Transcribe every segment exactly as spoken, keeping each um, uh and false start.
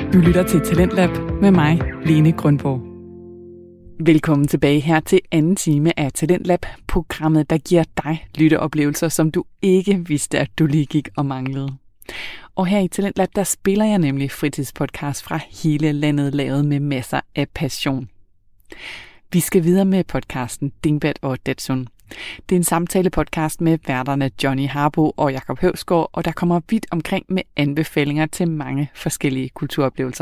Du lytter til Talentlab med mig, Lene Grønborg. Velkommen tilbage her til anden time af Talentlab, programmet, der giver dig lytteoplevelser, som du ikke vidste, at du lige gik og manglede. Og her i Talentlab, der spiller jeg nemlig fritidspodcast fra hele landet, lavet med masser af passion. Vi skal videre med podcasten Dingbat og Datsun. Det er en samtale-podcast med værterne Johnny Harbo og Jakob Høvsgaard, og der kommer vidt omkring med anbefalinger til mange forskellige kulturoplevelser.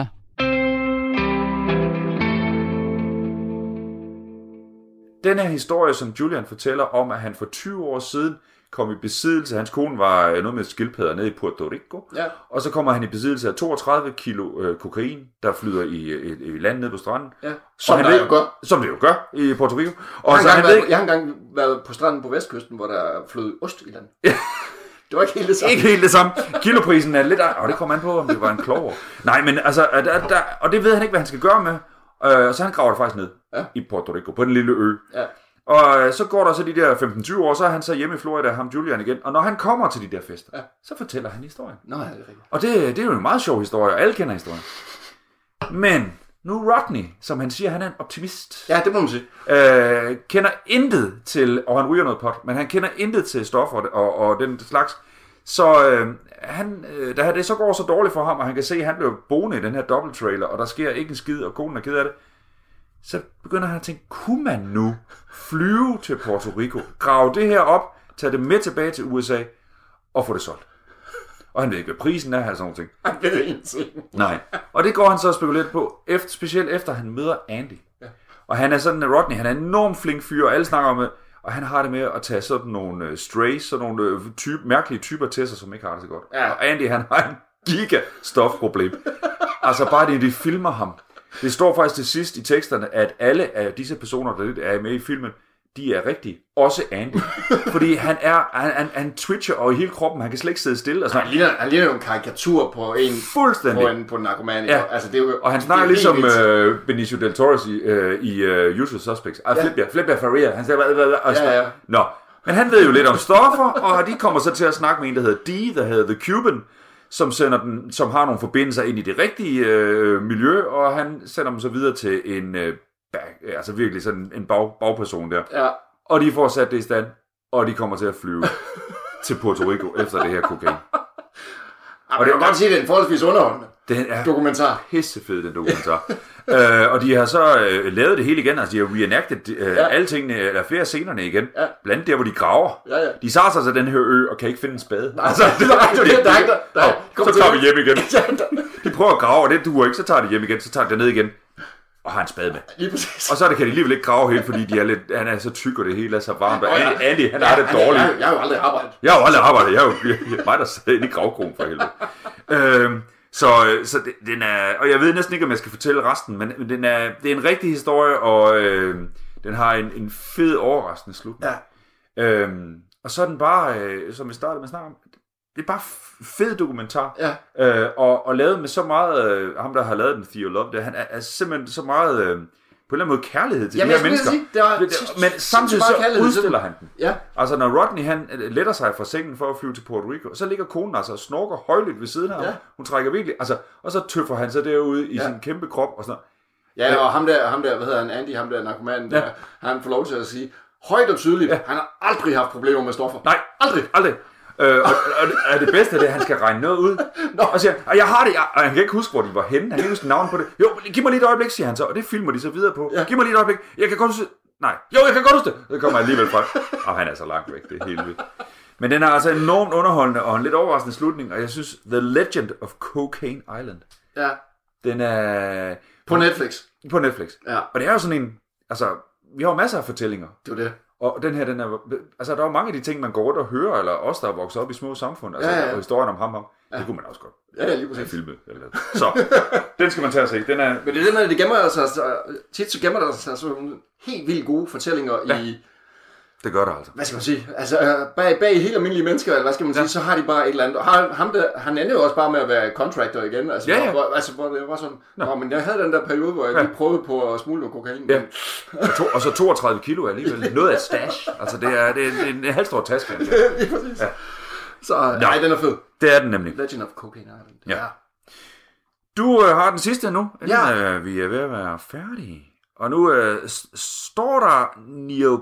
Den her historie, som Julian fortæller om, at han for tyve år siden kom i besiddelse, hans kone var noget med skildpadder nede i Puerto Rico, ja. Og så kommer han i besiddelse af toogtredive kilo øh, kokain, der flyder i, i, i landet nede på stranden. Ja. Som det jo gør. Som det jo gør i Puerto Rico. Og jeg, så han været, jeg har engang været på stranden på Vestkysten, hvor der flød ost i landet. Ja. Det var ikke helt det samme. Ikke helt det samme. Kiloprisen er lidt... Og det kommer an på, om det var en klover. Nej, men altså... Der, der, og det ved han ikke, hvad han skal gøre med. Øh, så han graver det faktisk ned ja. i Puerto Rico, på den lille ø. Ja. Og så går der så de der femten tyve år, så er han så hjemme i Florida, ham Julian igen. Og når han kommer til de der fester, ja. så fortæller han historien. Nå, det er rigtigt. Og det, det er jo en meget sjov historie, og alle kender historien. Men nu Rodney, som han siger, han er en optimist. Ja, det må man sige. Øh, kender intet til, og han ryger noget pot, men han kender intet til stoffer og, og den slags. Så øh, han, øh, da det så går så dårligt for ham, og han kan se, at han bliver boende i den her dobbelttrailer, og der sker ikke en skid, og konen er ked af det, så begynder han at tænke, kunne man nu flyve til Puerto Rico, grave det her op, tage det med tilbage til U S A, og få det solgt. Og han ved ikke, hvad prisen er, sådan nogle ting. Han ved ingenting. Nej. Og det går han så spekuleret på, efter, specielt efter han møder Andy. Ja. Og han er sådan, Rodney, han er en enormt flink fyr, og alle snakker om det, og han har det med at tage sådan nogle uh, strays, sådan nogle uh, type, mærkelige typer til sig, som ikke har det så godt. Ja. Og Andy, han har en giga stofproblem. Altså bare det, de filmer ham. Det står faktisk til sidst i teksterne, at alle af disse personer, der er med i filmen, de er rigtige. Også Andy. Fordi han er, han, han, han twitcher over hele kroppen, han kan slet ikke sidde stille. Og han, ligner, han ligner jo en karikatur på en, fuldstændig. På en, på en narkoman. Ja. Altså, det er jo, og han snakker ligesom uh, Benicio del Toro i, uh, i uh, Usual Suspects. Ah, ja. Flip jer, Faria. Han siger, og ja, ja. Nå. Men han ved jo lidt om stoffer, og de kommer så til at snakke med en, der hedder D, der hedder The Cuban, som sender den, som har nogle forbindelser ind i det rigtige øh, miljø, og han sender dem så videre til en, øh, bag, altså virkelig sådan en bag, bagperson der. Ja. Og de får sat det i stand, og de kommer til at flyve til Puerto Rico efter det her kokain. Og det kan godt sige, at det er en forholdsvis underholdende den er dokumentar. Pissefed, den dokumentar. øh, og de har så øh, lavet det hele igen, altså de har reenacted øh, ja. alle tingene, eller flere scenerne igen, ja. Blandt der, hvor de graver. Ja, ja. De sager sig til den her ø, og kan ikke finde en spade. Nej, altså, det, det, det, det, det, det, det, det, så tager vi hjem igen. De prøver at grave, og det duer ikke, så tager de hjem igen, så tager de det ned igen, og har en spade med. Lige præcis. Og så kan de alligevel ikke grave helt, fordi de er lidt, han er så tyk, og det hele er så varmt, og Andy, Andy han ja, har det dårligt. Jeg, jeg har jo aldrig arbejdet. Jeg har jo aldrig arbejdet, jeg er jo mig, der sidder inde i gravkronen for helvede. øhm, Så, så det, den er, og jeg ved næsten ikke, om jeg skal fortælle resten, men, men den er, det er en rigtig historie, og øh, den har en, en fed, overraskende slutning. Ja. Øhm, og så er den bare, øh, som vi startede med at snakke om, det er bare fed dokumentar, ja. øh, og, og lavet med så meget, øh, ham der har lavet den, Theo Love, der, han er, er simpelthen så meget... Øh, på en eller anden måde kærlighed til Jamen, de her mennesker. Sige, det var, men samtidig så udstiller han den. Ja. Altså når Rodney han letter sig fra sengen for at flyve til Puerto Rico, så ligger konen altså og snorker højlydt ved siden af ham. Ja. Hun trækker virkelig, altså, og så tøffer han sig derude i ja. sin kæmpe krop og sådan noget. Ja, og ham der, ham der, hvad hedder han, Andy, ham der narkomanen, der, ja. han får lov til at sige højt og tydeligt, ja. han har aldrig haft problemer med stoffer. Nej, aldrig, aldrig. Øh, og, og, og det bedste er det, at han skal regne noget ud. Nå. Og siger, og jeg har det, jeg, og han kan ikke huske, hvor de var henne. Han kan ikke huske navnet på det. Jo, giv mig lige et øjeblik, siger han så, og det filmer de så videre på. Ja. Giv mig lige et øjeblik. Jeg kan godt huske Nej, jo, jeg kan godt huske det. Så kommer jeg alligevel fra. Og han er så langt væk, det er helt vildt. Men den er altså enormt underholdende og en lidt overraskende slutning, og jeg synes, The Legend of Cocaine Island. Ja. Den er... På Netflix. På Netflix. Ja. Og det er jo sådan en... Altså, vi har jo masser af fortællinger. Det var det. Og den her, den er... Altså, der er jo mange af de ting, man går rundt og hører, eller os, der er vokset op i små samfund. Altså, ja, ja. Og historien om ham, ham. Ja. Det kunne man også godt. Ja, ja, lige præcis. Filmet. Eller... Så, den skal man tage og se. Den er... Men det er det, når det gemmer altså... Tit så gemmer der sig sådan helt vildt gode fortællinger ja. i... Det gør der altså. Hvad skal man sige? Altså, bag, bag helt almindelige mennesker, eller hvad skal man sige, ja. Så har de bare et eller andet. Og ham der, han endte jo også bare med at være contractor igen. Altså, ja, ja. Hvor, altså, hvor det var sådan, nå, men jeg havde den der periode, hvor jeg ja. lige prøvede på at smule noget kokain. Ja. Og, to, og så toogtredive kilo er alligevel noget af stash. Altså, det er, det er, det er en halvstor taske. Altså. Lige præcis. Ja. Så, nej, den er fed. Det er den nemlig. Legend of Cocaine Island. Ja. ja. Du øh, har den sidste nu, inden Ja. øh, vi er ved at være færdige. Og nu øh, s- står der Neil...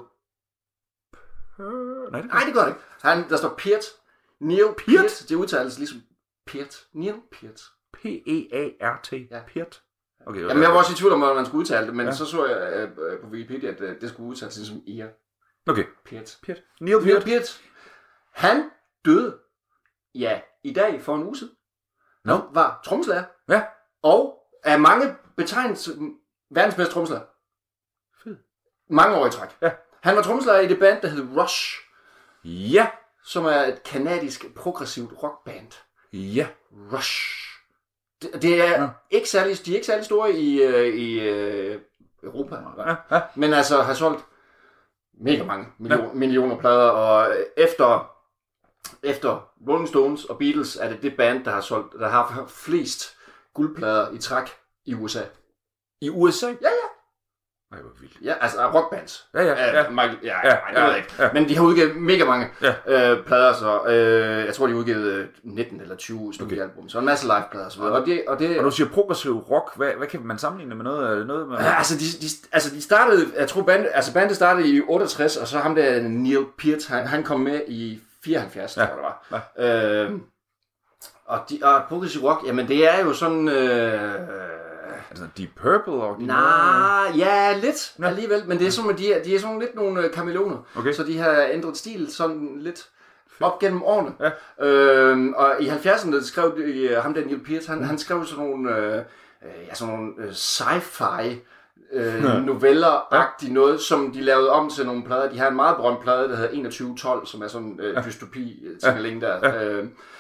Øh, nej, det Nej, det gør det ikke. Han, der står Peart. Neil Peart. Det udtales ligesom Peart. Neil Peart. P E A R T. Ja. Peart. Okay, Jamen, jeg var også i tvivl om, hvordan man skulle udtale det, men Ja. så så jeg øh, på Wikipedia, at øh, det skulle udtales ligesom Ear. Okay. Peart. Peart. Neil Neil Peart. Peart. Han døde, ja, i dag for en uge siden. Nå. Han var trommeslager, Ja. og er mange betegnet som verdens bedste trommeslager. Fed. Mange år i træk. Ja. Han var trommeslager i det band, der hed Rush, Ja. som er et kanadisk progressivt rockband. Ja. Rush. Det, det er Ja. ikke særlig, de er ikke særlig store i, øh, i øh, Europa, Ja. Ja. men altså har solgt mega mange million, ja. millioner plader, og efter, efter Rolling Stones og Beatles er det det band, der har solgt, der har flest guldplader i træk i U S A. I U S A? Ja, ja. Ej, hvor vildt. Ja, altså rockbands. Ja, ja, ja. Uh, Michael, ja, Ja, ja, nej, det ja, ved jeg ikke. ja. Men de har udgivet mega mange Ja. øh, plader, så øh, jeg tror, de har udgivet øh, nitten eller tyve studiealbum, så en masse liveplader og så videre. Og det, og det, Og du siger progressiv rock. Hvad, hvad kan man sammenligne med noget? Er det noget med... Ja, altså, de, de, altså de startede, jeg tror band, altså bandet startede i otteogtres, og så ham der Neil Peart, han, han kom med i fireoghalvfjerds, Ja. tror jeg det var. Ja. Øh, og, de, og progressive rock, jamen det er jo sådan... Øh, Altså Deep Purple og... nej, ja, lidt Ja. alligevel, men det er sådan, at de er, de er sådan lidt nogle kameleoner, Okay. så de har ændret stil sådan lidt op gennem årene. Ja. Øh, og i halvfjerdserne skrev de, ham der Neil Peart, han, han skrev sådan nogle, øh, ja, sådan nogle øh, sci-fi øh, Ja. noveller-agtigt noget, som de lavede om til nogle plader. De har en meget berømt plade, der hedder enogtyve tolv, som er sådan øh, dystopi ting ja. der. Ja. Øh,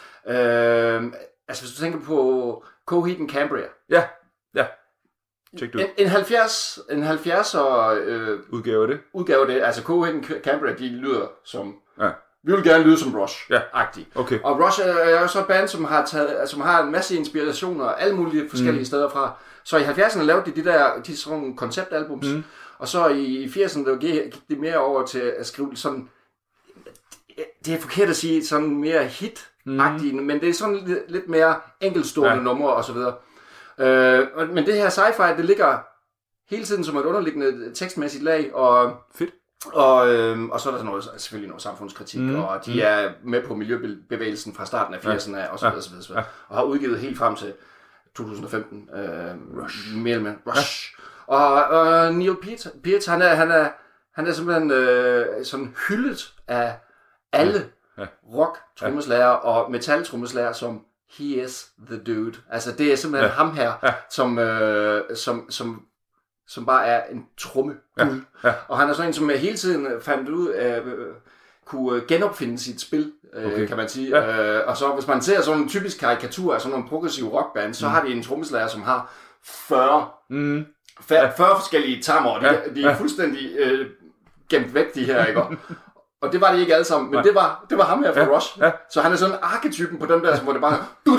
øh, altså hvis du tænker på Coheed and Cambria. Ja, ja. Tjek det ud. En, en halvfjerds, en halvfjerdser øh, Udgave af det. udgave af det, altså Coheed and Cambria, de lyder som, Ja. vi vil gerne lyde som Rush-agtigt. Ja. Okay. Og Rush er jo så et band, som har, taget, som har en masse inspirationer alle mulige forskellige mm. steder fra. Så i halvfjerdserne lavede de de der de sådan nogle konceptalbums, mm. og så i, i firserne der gik de mere over til at skrive sådan, det er forkert at sige, sådan mere hit-agtigt, mm. men det er sådan lidt, lidt mere enkeltstående ja. numre og så videre. Øh, men det her sci-fi, det ligger hele tiden som et underliggende tekstmæssigt lag, og fedt. Og, øhm, og så er der sådan noget, selvfølgelig noget samfundskritik, mm. og de mm. er med på miljøbevægelsen fra starten af firserne ja. og så videre, så videre, så videre. Ja. Og har udgivet helt frem til to tusind og femten. Øh, Rush. Mere eller mindre. Rush. Ja. Og, og Neil Peart, Peart han, er, han, er, han er simpelthen øh, sådan hyldet af alle ja. Ja. rock-trommeslager ja. og metal-trommeslager som he is the dude. Altså det er simpelthen ja. ham her, ja. som, øh, som, som som bare er en tromme guld. Ja, ja. Og han er sådan en, som hele tiden fandt ud af, øh, kunne genopfinde sit spil, øh, okay. kan man sige. Ja. Øh, og så hvis man ser sådan en typisk karikatur af sådan nogle progressive rockband, så mm. har de en trommeslager, som har fyrre, mm. fyrre, fyrre forskellige tammer. De, ja. de er ja. fuldstændig øh, gemt væk, de her, ikke? Og det var de ikke alle sammen, men det var, det var ham her fra ja. Rush. Ja. Så han er sådan arketypen på dem der, hvor det bare...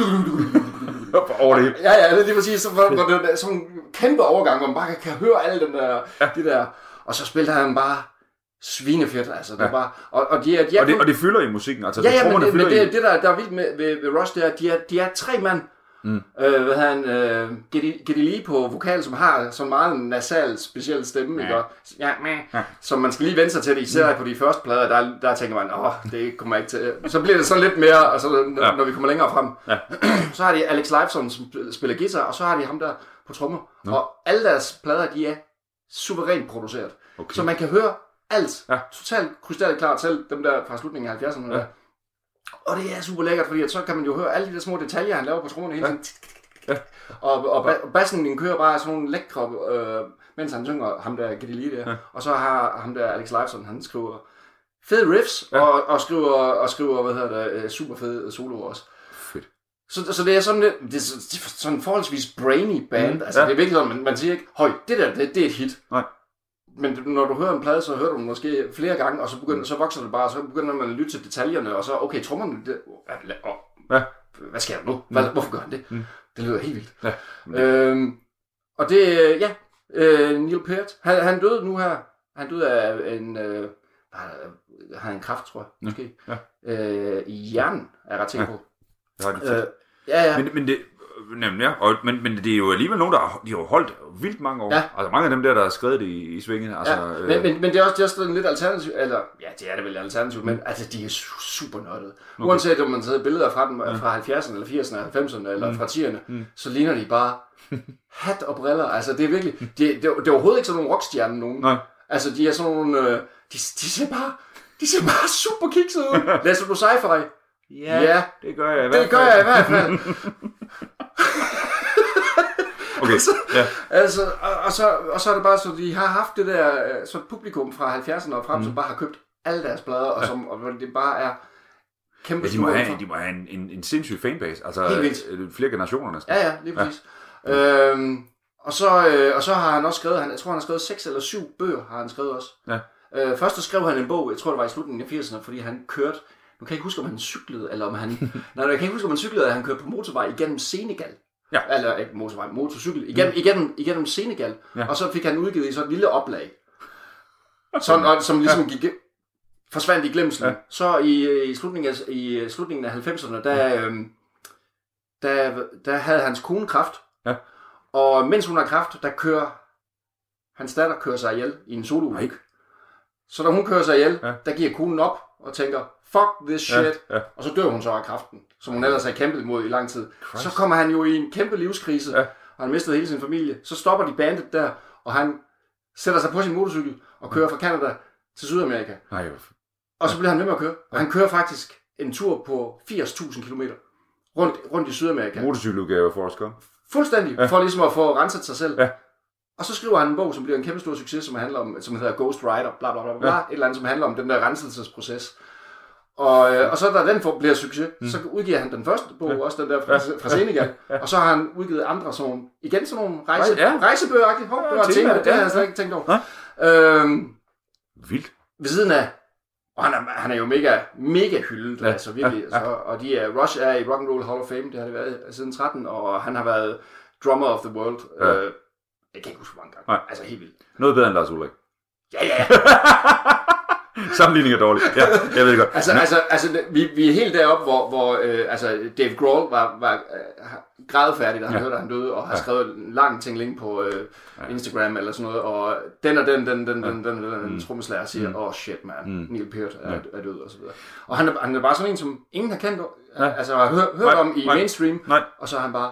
over det hele. Ja, ja, det er lige præcis, så, hvor, hvor det er sådan en kæmpe overgang, hvor man bare kan, kan høre alle den der, ja. de der, og så spiller han bare svinefedt, altså, det ja. er bare, og, og de er, de er og, det, kun, og det fylder i musikken, altså, ja, ja, det, men, det, men det, det, det der, der er vildt med ved, ved Rush, det er, de er, de er tre mand, mm. øh, hvad han, øh, Geddy Lee på vokal, som har sådan meget en nasal, speciel stemme, ja. Ikke? Ja, ja. Som man skal lige vende sig til det, især mm. på de første plader, der, der tænker man, åh, det kommer ikke til, så bliver det sådan lidt mere, altså, når, ja. når vi kommer længere frem, ja. så har de Alex Lifeson, som spiller guitar, og så har de ham der på trommer, ja. og alle deres plader, de er suverænt produceret, okay. så man kan høre alt, ja. totalt krystalklart, selv dem der fra slutningen af halvfjerdserne, ja. og det er super lækkert, fordi at så kan man jo høre alle de der små detaljer, han laver på trommerne hele tiden. Ja. Ja. Og, og bassen den kører bare sådan nogle lækre, øh, mens han synger ham der Geddy Lee der. Ja. Og så har ham der Alex Lifeson, han skriver fede riffs, ja. og, og, skriver, og skriver, hvad hedder det, super fede soloer også. Fedt. Så, så det er sådan, det, det er sådan en forholdsvis brainy band. Mm. Altså ja. det er virkelig sådan, man, man siger ikke, høj, det der, det, det er et hit. Nej. Men når du hører en plade, så hører du den måske flere gange, og så, begynder, så vokser det bare, og så begynder man at lytte til detaljerne, og så, okay, trommerne, det, oh, ja. hvad sker der nu? Hvad, mm. Hvorfor gør han det? Mm. Det lyder helt vildt. Ja, det... Øhm, og det, ja, øh, Neil Peart, han, han døde nu her, han døde af en, øh, han har en kræft, tror jeg, måske, ja. øh, i hjernen, er jeg ret sikker på. Ja, det er øh, ja, ja. Men, men det, Nemlig, ja. Og, men, men det er jo alligevel nogen, der har, de har holdt vildt mange år. Ja. Altså mange af dem der, der har skrevet det i, i svingen. Altså, ja. øh... men, men, men det er også, det er også en lidt alternativ, eller ja, det er det vel alternativ, men altså de er super nørdede. Okay. Uanset om man tager billeder fra dem ja. fra halvfjerdserne, eller firserne, halvfemserne, eller mm. fra tierne, mm. så ligner de bare hat og briller. Altså det er virkelig, det, det, det er overhovedet ikke sådan nogle rockstjerner nogen. Nej. Altså de er sådan nogle, øh, de, de ser bare, de ser bare super kikset ud. Læser du sci-fi? Ja, ja, det gør jeg i hvert fald. Det gør jeg i hvert fald. Okay, så, ja. Altså, og, og, så, og så er det bare så, de har haft det der så et publikum fra halvfjerdserne og frem, mm. som bare har købt alle deres plader, og, ja. som, og det bare er kæmpe ja, de må have, de må have en, en, en sindssyg fanbase, altså flere generationer næsten. Ja, ja, lige præcis. Ja. Øhm, og, så, øh, og så har han også skrevet, han, jeg tror han har skrevet seks eller syv bøger, har han skrevet også. Ja. Øh, først så skrev han en bog, jeg tror det var i slutningen af firserne, fordi han kørte, nu kan jeg ikke huske om han cyklede, eller om han, nej, jeg kan ikke huske om han cyklede, eller han kørte på motorvej igennem Senegal. Ja. Eller ikke motorvej, motorcykel, igennem, mm. igennem, igennem Senegal, ja. Og så fik han udgivet i sådan et lille oplag, sådan, og, som ligesom gik, forsvandt i glemslen. Ja. Så i, i, slutningen af, i slutningen af halvfemserne, der, øhm, der, der havde hans kone kræft, ja. Og mens hun har kræft, der kører hans datter kører sig ihjel i en soloulykke. Så da hun kører sig ihjel, ja. Der giver konen op og tænker, fuck this shit, ja. Ja. Og så dør hun så af kræften, som hun ellers har kæmpet imod i lang tid. Christ. Så kommer han jo i en kæmpe livskrise, ja. Og han mistede hele sin familie. Så stopper de bandet der, og han sætter sig på sin motorcykel og kører fra Canada til Sydamerika. Nej, og så bliver han ved med at køre. Og han kører faktisk en tur på firs tusind kilometer rundt, rundt i Sydamerika. Motorcykeludgave for os, fuldstændig, ja. For ligesom at få renset sig selv. Ja. Og så skriver han en bog, som bliver en kæmpe stor succes, som handler om, som hedder Ghost Rider, bla bla bla, bla ja. Et eller andet, som handler om den der renselsesproces. Og, øh, og så da den får, bliver succes, mm. så udgiver han den første bog, ja. Også den der fra, ja. Fra Senegal, ja. Og så har han udgivet andre sådan, igen sådan nogle rejse, ja. Rejsebøger-agtige, hov, det var ting, det har jeg slet ikke tænkt over. Ja. Øhm, Vildt. Ved siden af, og han er, han er jo mega, mega hyldet, ja. Altså virkelig, ja. Så, og de er, Rush er i Rock and Roll Hall of Fame, det har det været siden tretten, og han har været drummer of the world, ja. øh, jeg kan ikke huske, hvor mange gange, altså helt vildt. Noget bedre end Lars Ulrik. Ja, ja. Sammenligning er dårlig. Ja, jeg ved det godt. Altså, altså, altså vi, vi er helt deroppe, hvor, hvor øh, altså Dave Grohl var, var øh, grædefærdig, da han ja. Hørte, at han døde, og har ja. Skrevet en lang ting link på øh, ja. Instagram eller sådan noget, og den og den, den, den, ja. den, den, den, den mm. trommeslager siger, åh mm. oh, shit man, mm. Neil Peart er, ja. Er død, og så videre. Og han er, han er bare sådan en, som ingen har kendt, ja. Altså har hørt, hørt om i Nej. Mainstream, Nej. Og så er han bare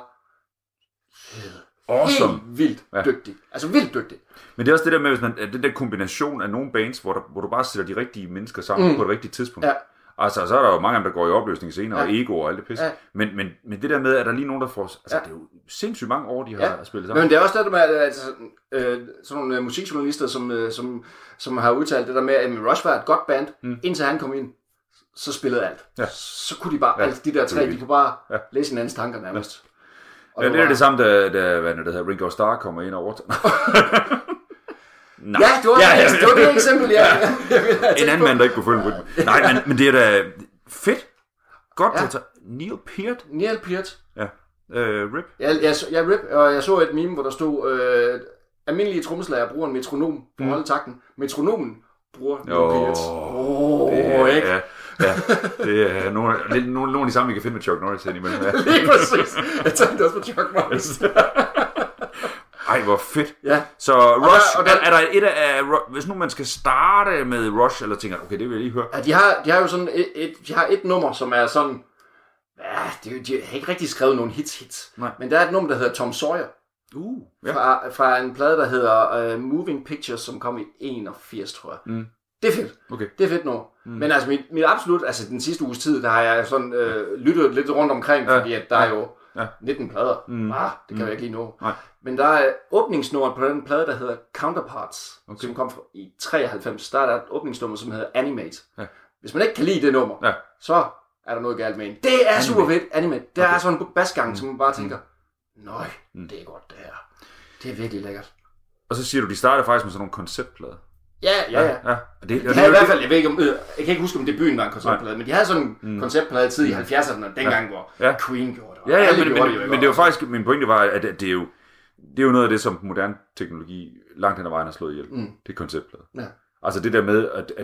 awesome. Helt vildt ja. Dygtig. Altså vildt dygtig. Men det er også det der med, hvis man, den der kombination af nogle bands, hvor, der, hvor du bare sætter de rigtige mennesker sammen mm. på det rigtige tidspunkt. Ja. Altså, så er der jo mange af dem, der går i opløsning senere, ja. Og ego og alt det pisse. Ja. Men, men, men det der med, at der er lige nogen, der får... Altså, ja. Det er jo sindssygt mange år, de har ja. Spillet sammen. Men det er også det der med, at altså, øh, sådan nogle øh, musikjournalister, som, øh, som, som har udtalt det der med, at Rush var et godt band, mm. indtil han kom ind, så spillede alt. Ja. Så kunne de bare, ja. Altså de der tre, de kunne bare ja. Læse hinandens tanker nærmest. Ja. Og ja, det er var... det samme, da, da hvad det hedder, Ringo Starr kommer ind over. Nej. Ja, det var, ja, ja, det, var det eksempel, ja. ja. En anden mand, der ikke kunne følge en rytme. Nej, men, men det er da fedt. Godt, ja. Altså, Neil Peart. Neil Peart. Ja, uh, rip. Ja, jeg, jeg, rip, og jeg så et meme, hvor der stod, øh, almindelige trommeslager bruger en metronom for at holde takten. Metronomen bruger Neil Peart. Åh, oh, ikke? Ja. Ja, det er nogle, lidt, nogle, nogle af de samme, vi kan finde med Chuck Norris indimellem. Ja. Lige præcis. Jeg tænkte også på Chuck Norris. Ej, hvor fedt. Ja. Så Rush, og der, og der, er, er der et af, hvis nu man skal starte med Rush, eller tænker, okay, det vil jeg lige høre. Ja, de har, de har jo sådan et, et, de har et nummer, som er sådan, ja, de, de har ikke rigtig skrevet nogen hits hits. Nej. Men der er et nummer, der hedder Tom Sawyer. Uh, ja. fra, fra en plade, der hedder uh, Moving Pictures, som kom i enogfirs, tror jeg. Mm. Det er fedt. Okay. Det er fedt nu. Mm. Men altså, mit, mit absolut, altså den sidste uges tid, der har jeg sådan øh, lyttet lidt rundt omkring, fordi at der er jo ja. nitten plader. Mm. Ah, det kan mm. jeg ikke lige nå. Nej. Men der er åbningsnummeret på den plade, der hedder Counterparts, okay. Som kom fra, i treoghalvfems. Der er der et åbningsnummer, som hedder Animate. Ja. Hvis man ikke kan lide det nummer, ja. Så er der noget galt med en. Det er Animate. Super fedt, Animate. Der okay. Er sådan en basgang, mm. som man bare tænker, nøj, mm. det er godt det her. Det er virkelig lækkert. Og så siger du, de starter faktisk med sådan nogle konceptplader. Ja, ja, ja. ja. Det, de havde i hvert fald, jeg, ved ikke, om, jeg kan ikke huske, om debuten var en konceptplade, men de havde sådan en mm. konceptplade tid i halvfjerdserne, dengang, hvor ja. Queen gjorde det. Ja, ja, men, men, det, men det var faktisk, min pointe var, at det er jo, det er jo noget af det, som moderne teknologi langt hen ad vejen har slået ihjel. Mm. Det er konceptplade. Ja. Altså det der med, at, at, at,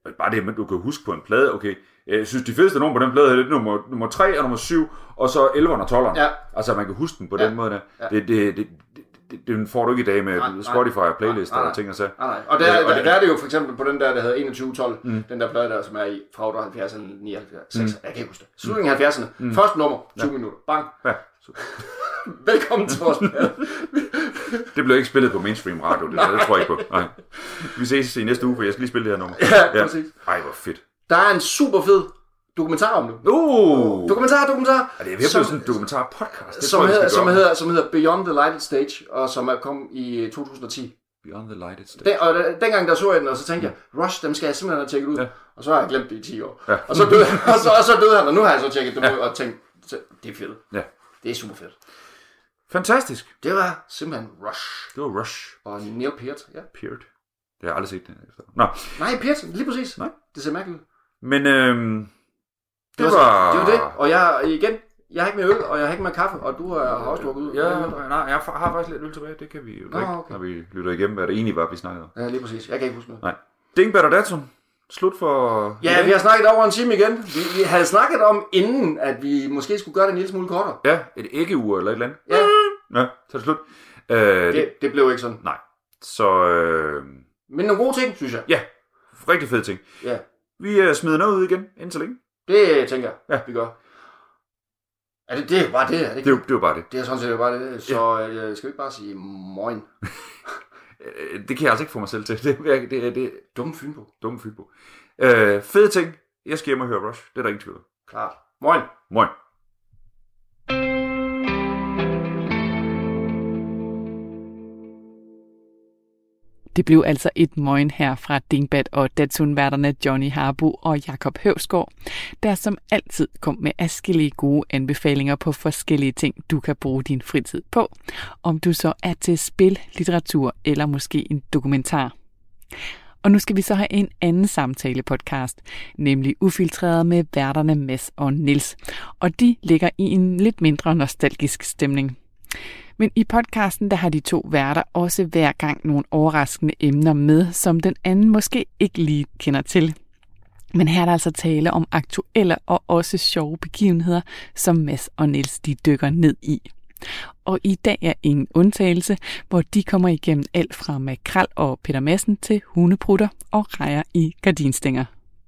bare det, at du kan huske på en plade, okay, jeg synes, de fedeste nummer på den plade er nummer, nummer tre og nummer syv, og så elleveren og tolveren. Ja. Altså, man kan huske den på ja. den måde der. Ja. Det, det, det, det, det får du ikke i dag med nej, Spotify og playlister og ting og så. Nej, nej. Og der, øh, og der, der er det jo for eksempel på den der, der hedder enogtyve tolv, mm. den der plade der, som er i fra otteoghalvfjerdserne, nioghalvfjerds, mm. jeg kan ikke huske det. Slutningen af halvfjerdserne, mm. første nummer, tyve ja. minutter, bang. Ja. Velkommen til vores plade. Det blev ikke spillet på mainstream radio, det, det tror jeg ikke på. Nej. Vi ses i næste uge, for jeg skal lige spille det her nummer. Ja, ja. Præcis. Ej, hvor fedt. Der er en super fed dokumentar om det. Uh. Dokumentar, dokumentar. Er det er ved at blive sådan en dokumentar-podcast? Det som, tror, hedder, som, hedder, som hedder Beyond the Lighted Stage, og som er kommet i to tusind og ti. Beyond the Lighted Stage. Den, og dengang der så jeg den, og så tænkte jeg, Rush, dem skal jeg simpelthen have tjekket ud. Ja. Og så har jeg glemt det i ti år. Ja. Og, så døde, og, så, og så døde han, og nu har jeg så tjekket dem ja. ud og tænkt, det er fedt. Ja. Det er super fedt. Fantastisk. Det var simpelthen Rush. Det var Rush. Og Neil Peart, ja. Peart. Det har jeg aldrig set den efter. Nå. Nej, Peart, lige præcis. Nej. Det ser mærkeligt ud. Men øhm, det, det, var, var... det var det. Og jeg igen, jeg har ikke mere øl, og jeg har ikke mere kaffe, og du har også drukket ud. Ja, nej, jeg har faktisk lidt øl tilbage. Det kan vi jo drikke, okay. når vi lytter igennem, hvad det egentlig var, vi snakkede om. Ja, lige præcis. Jeg kan ikke huske noget. Nej. Dingbat og Datsun. Slut for... Ja, vi har snakket over en time igen. Vi, vi havde snakket om inden, at vi måske skulle gøre det en lille smule kortere. Ja, et æggeur eller et eller andet. Ja. Ja, så er det slut. Øh, det, det, det blev ikke sådan. Nej. Så... Øh... Men nogle gode ting, synes jeg. Ja, rigtig fede ting. Ja. Vi uh, smider noget ud igen, indtil længe. Det tænker jeg, ja. vi gør. Er det det? Var det? Er det, ikke? det, det var bare det. Det er sådan set bare det. Så ja. øh, skal vi ikke bare sige moin? Det kan jeg altså ikke få mig selv til. Det er det, det, det. Dumme Fynbo. Dumme Fynbo. Øh, fede ting. Jeg skal hjem og høre Rush. Det er der ingen tvivl. Klart. Moin. Moin. Det blev altså et møgen her fra Dingbat og Datsun-værterne Johnny Harbo og Jakob Høvsgaard, der som altid kom med adskillige gode anbefalinger på forskellige ting, du kan bruge din fritid på, om du så er til spil, litteratur eller måske en dokumentar. Og nu skal vi så have en anden samtale-podcast, nemlig Ufiltreret med værterne Mads og Niels, og de ligger i en lidt mindre nostalgisk stemning. Men i podcasten, der har de to værter også hver gang nogle overraskende emner med, som den anden måske ikke lige kender til. Men her er der altså tale om aktuelle og også sjove begivenheder, som Mads og Niels de dykker ned i. Og i dag er ingen undtagelse, hvor de kommer igennem alt fra makrel og Peter Madsen til hundeprutter og rejer i gardinstænger.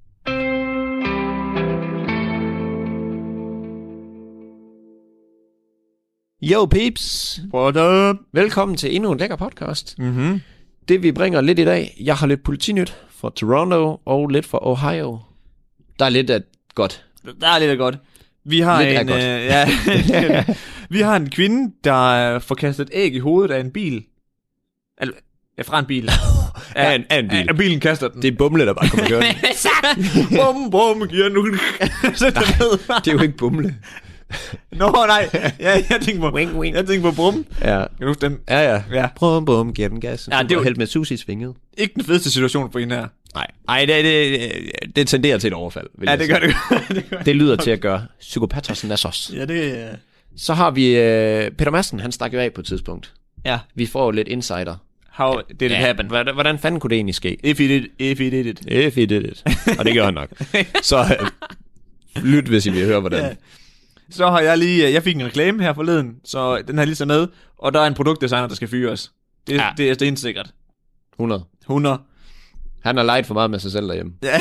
Yo peeps, what up? Velkommen til endnu en lækker podcast. Mm-hmm. Det vi bringer lidt i dag, jeg har lidt politinyt fra Toronto og lidt fra Ohio. Der er lidt af godt. Der er lidt af godt. Vi har lidt en, øh, ja, vi har en kvinde, der får kastet æg i hovedet af en bil. Altså, ja, fra en bil. af, en, af en bil. Af bilen kaster den. Det er Bumle, der bare kommer og gør den. Bum, bum, giver nu. Så nej, det er jo ikke Bumle. Nå, nej. Ja, jeg tænker på, wing, wing. Jeg tænker på Brum. Ja. Kan du huske den? Ja, ja. Ja. Brum, bum, giver den gas. Ja, det er jo helt med Susie svinget. Ikke den fedeste situation for en her. Nej, Ej, det, det, det tenderer til et overfald. Ja, det gør det. det, gør det lyder til at gøre. Psykopatersen er sås. Ja, det er... Så har vi uh, Peter Madsen, han stak jo af på et tidspunkt. Ja. Vi får lidt insider. How did it happen? Hvordan, hvordan fanden kunne det egentlig ske? If he did, if he did it. If he did it. Og det gør han nok. Så uh, lyt, hvis I vil høre, hvordan. Ja. Så har jeg lige, jeg fik en reklame her forleden, så den har lige så med, og der er en produktdesigner, der skal fyres. Det, ja. det er stensikkert. hundrede. hundrede. Han har leget for meget med sig selv derhjemme. Ja.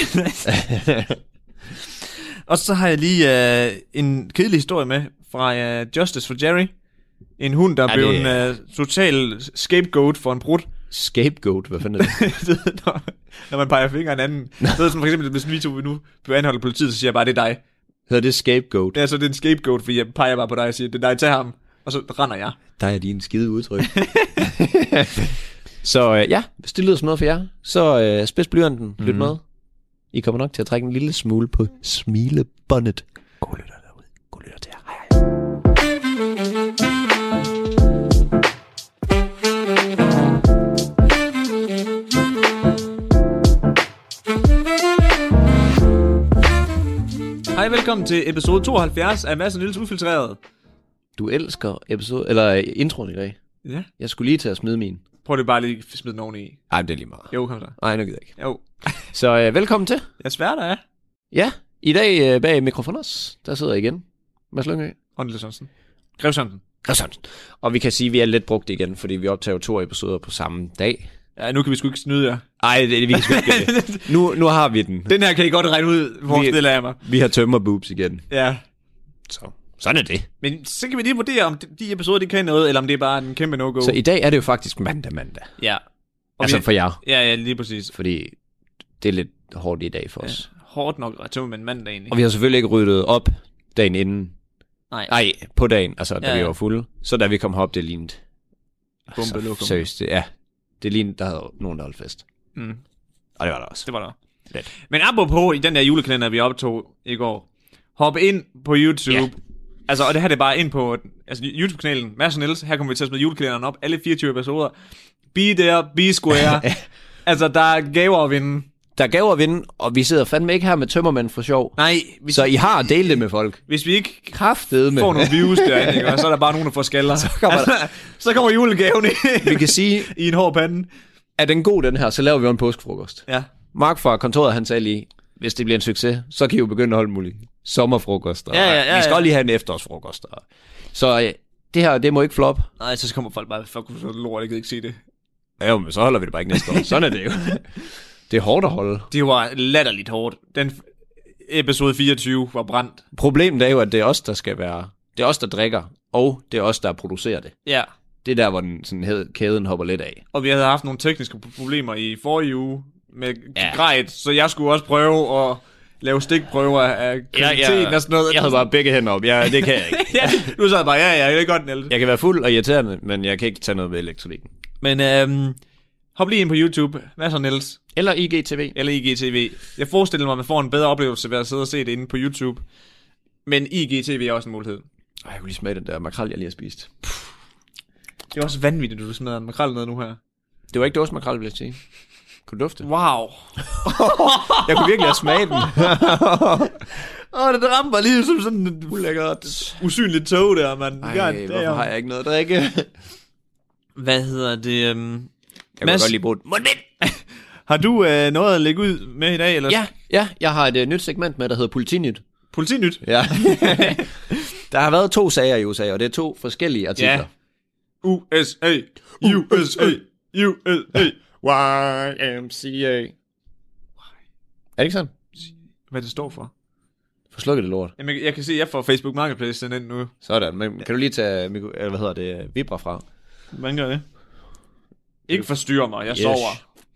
Og så har jeg lige uh, en kedelig historie med fra uh, Justice for Jerry. En hund, der ja, blev det... en uh, total scapegoat for en brud. Scapegoat? Hvad fanden er det? når, når man peger fingeren anden. Så er det for eksempel, hvis vi to nu bliver anholdt politiet, så siger jeg bare, det er dig. Hedder det scapegoat? Ja, så det er en scapegoat, fordi jeg peger bare på dig og siger, det er dig, tag ham. Og så render jeg. Der er din skide udtryk. Så øh, ja, hvis det lyder som noget for jer, så øh, spids blyanten, mm-hmm. Lyt med. I kommer nok til at trække en lille smule på smilebåndet. God lytter derude. God lytter til jer. Hej hej. Hej, velkommen til episode tooghalvfjerds af Mads og Niels Ufiltreret. Du elsker episode, eller introen i dag. Ja. Jeg skulle lige til at smide min. Prøv det bare lige at smide den oven i. Ej, det er lige meget. Jo, kom så. Nej, nu gider jeg ikke. Jo. Så øh, velkommen til. Jeg svær, der er. Ja, i dag øh, bag mikrofoner, der sidder jeg igen. Mads Lyngø. Åndelig Sørensen. Grev Sørensen. Grev Sørensen. Og vi kan sige, at vi er lidt brugt igen, fordi vi optager to episoder på samme dag. Ja, nu kan vi sgu ikke snyde jer. Ej, det, det, vi kan sgu ikke det. Nu, nu har vi den. Den her kan I godt regne ud, forestiller jeg mig. Vi har tømmerboobs igen. Ja. Så sådan er det. Men så kan vi lige vurdere, om de, de episoder, de kan noget, eller om det er bare en kæmpe no-go. Så i dag er det jo faktisk mandag mandag. Ja. Og Altså vi, for jer. Ja, ja, lige præcis. Fordi det er lidt hårdt i dag for os. Ja, hårdt nok at tømme en mandag egentlig. Og vi har selvfølgelig ikke ryddet op dagen inden. Nej. Nej, på dagen, altså da Ja, vi ja. var fulde. Så da vi kom herop, det lignede... Bombe lokum. Seriøst, det, ja. Det lignede, der havde nogen, der holdt fest. Mm. Og det var der også. Det var der. Lidt. Men apropos i den der julekalender, vi optog i går. Hop ind på YouTube. Ja. Altså, og det her det er bare ind på altså, YouTube-kanalen. Mads og Niels, her kommer vi til at smide julekalenderen op. Alle fireogtyve episoder. Be there, be square. Altså, der er gaver at vinde. Der er gaver at vinde, og vi sidder fandme ikke her med tømmermænd for sjov. Nej. Hvis, Så I har delt det med folk. hvis vi ikke Kraftede med. får nogle views derinde, ikke? Og så er der bare nogen, der får skaller. Så kommer der- altså, så kommer julegaven i, Vi kan sige, i en hård pande. er den god den her, så laver vi jo en påskefrokost. Ja. Mark fra kontoret, han sagde lige, hvis det bliver en succes, så kan I jo begynde at holde muligt sommerfrokost. Og Ja, ja, ja, vi skal ja. også lige have en efterårsfrokost. Og... Så øh, det her, det må ikke flop. Nej, så kommer folk bare, fuck, så lort, jeg kan ikke se det. Ja, jo, men så holder vi det bare ikke næste år. Sådan er det jo. Det er hårdt at holde. Det var latterligt hårdt. Den f- episode fireogtyve var brændt. Problemet er jo, at det er os, der skal være... Det er os, der drikker, og det er os, der producerer det. Ja. Det er der, hvor den, sådan, hed- kæden hopper lidt af. Og vi havde haft nogle tekniske problemer i forrige uge med Ja. ja. græd, så jeg skulle også prøve at lave stikprøver af kvaliteten og sådan noget. Jeg havde bare begge hænder op. Ja, det kan jeg ikke. ja, nu sad jeg bare, ja, ja, det er godt, Niels. Jeg kan være fuld og irriterende, men jeg kan ikke tage noget ved elektronikken. Men øhm, hop lige ind på YouTube. Hvad så, Niels? Eller I G T V. Eller I G T V. Jeg forestiller mig, at man får en bedre oplevelse ved at sidde og se det inde på YouTube. Men I G T V er også en mulighed. Ej, jeg kunne lige smage den der makrel, jeg lige har spist. Det er også vanvittigt, at du smider en makrel ned nu her. Det var ikke dåse makrel, vil jeg sige. Kunne du dufte? Wow. Jeg kunne virkelig have smaget den. Åh, det rammer mig lige som sådan et Ulækkert. usynligt tog der, mand. Ej, hvorfor har jeg ikke noget at drikke? Hvad hedder det? Um... Jeg kan Mads? godt lige bruge mundbind. Har du øh, noget at lægge ud med i dag? Eller? Ja, ja, jeg har et uh, nyt segment med, der hedder Politinyt. Politinyt? Ja. Der har været to sager i U S A, og det er to forskellige artikler. Ja. U S A. U S A. U S A. Y M C A. Er det ikke sådan? Hvad det står for? Få slukket det lort. Jamen, jeg, jeg kan se, at jeg får Facebook Marketplace sendt ind nu. Sådan, men kan du lige tage, mikro, eller hvad hedder det, vibra fra? Hvordan gør det? Ikke forstyrre mig, jeg Yes. sover.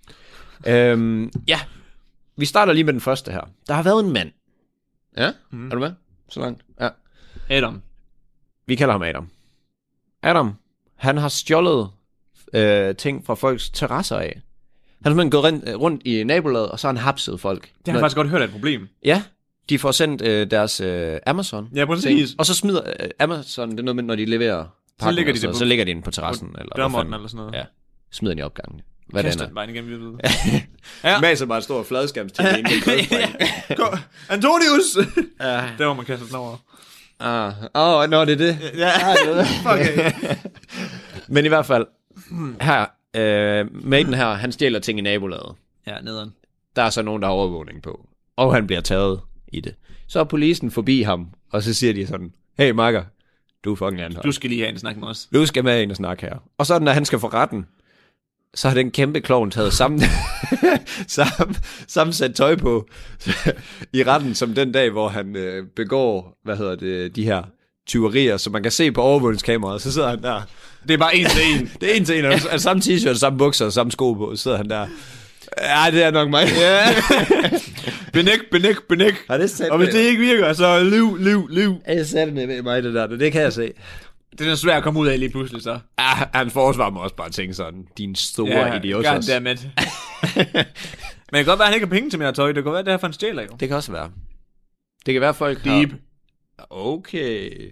Øhm, ja, vi starter lige med den første her. Der har været en mand. Ja, Mhm. mm. Er du med? Så langt? Ja. Adam. Vi kalder ham Adam. Adam, han har stjålet øh, ting fra folks terrasser af. Han har simpelthen gået rundt, rundt i nabolaget, og så har han hapset folk. Det har jeg faktisk godt hørt er et problem. Ja, de får sendt øh, deres øh, Amazon. Ja, præcis. Og så smider øh, Amazon, det er noget med, når de leverer pakken, lægger de og så, det på- så lægger de den på terrassen. Eller hvad Dørmåtten fanden. eller sådan noget. Ja, smider den i opgangen. Hvad Kaster den den bare ind igennem vinduet. er. Ja. Maser bare en stor fladskærmsting ind i kødspringen. Gå- Antonius! Ja. Der var man kastet den over. Ah, åh, oh, nå, det er det. Ja, okay. Men i hvert fald, her, øh, Maiden her, han stjæler ting i nabolaget. Ja, nederen. Der er så nogen, der har overvågning på. Og han bliver taget i det. Så er polisen forbi ham, og så siger de sådan, hey makker, du er fucking anholdt. Du skal lige have en snak med os. Du skal med ind og snakke her. Og så når han skal for retten, så har den kæmpe klovn taget sammen, sammen, sammensat tøj på i retten, som den dag, hvor han øh, begår, hvad hedder det, de her tyverier, som man kan se på overvågningskameraet. Så sidder han der. Det er bare en til en. Det er en til en, og og samme t-shirt, samme bukser og samme sko på, så sidder han der. Ja, det er nok mig. Ja. Benæk, benæk, benæk. Har det sat Og hvis det ikke virker, så liv, liv, liv. Jeg satte det med mig, det der. Det kan jeg se. Det er svært at komme ud af lige pludselig, så. Ah, han forsvarer mig også bare tænke sådan, din store ja, idiot. goddammit. Men det kan godt være, at han ikke har penge til mere tøj. Det kan godt være, at det er for en stjæler, jo. Det kan også være. Det kan være, folk Deep. har... Okay.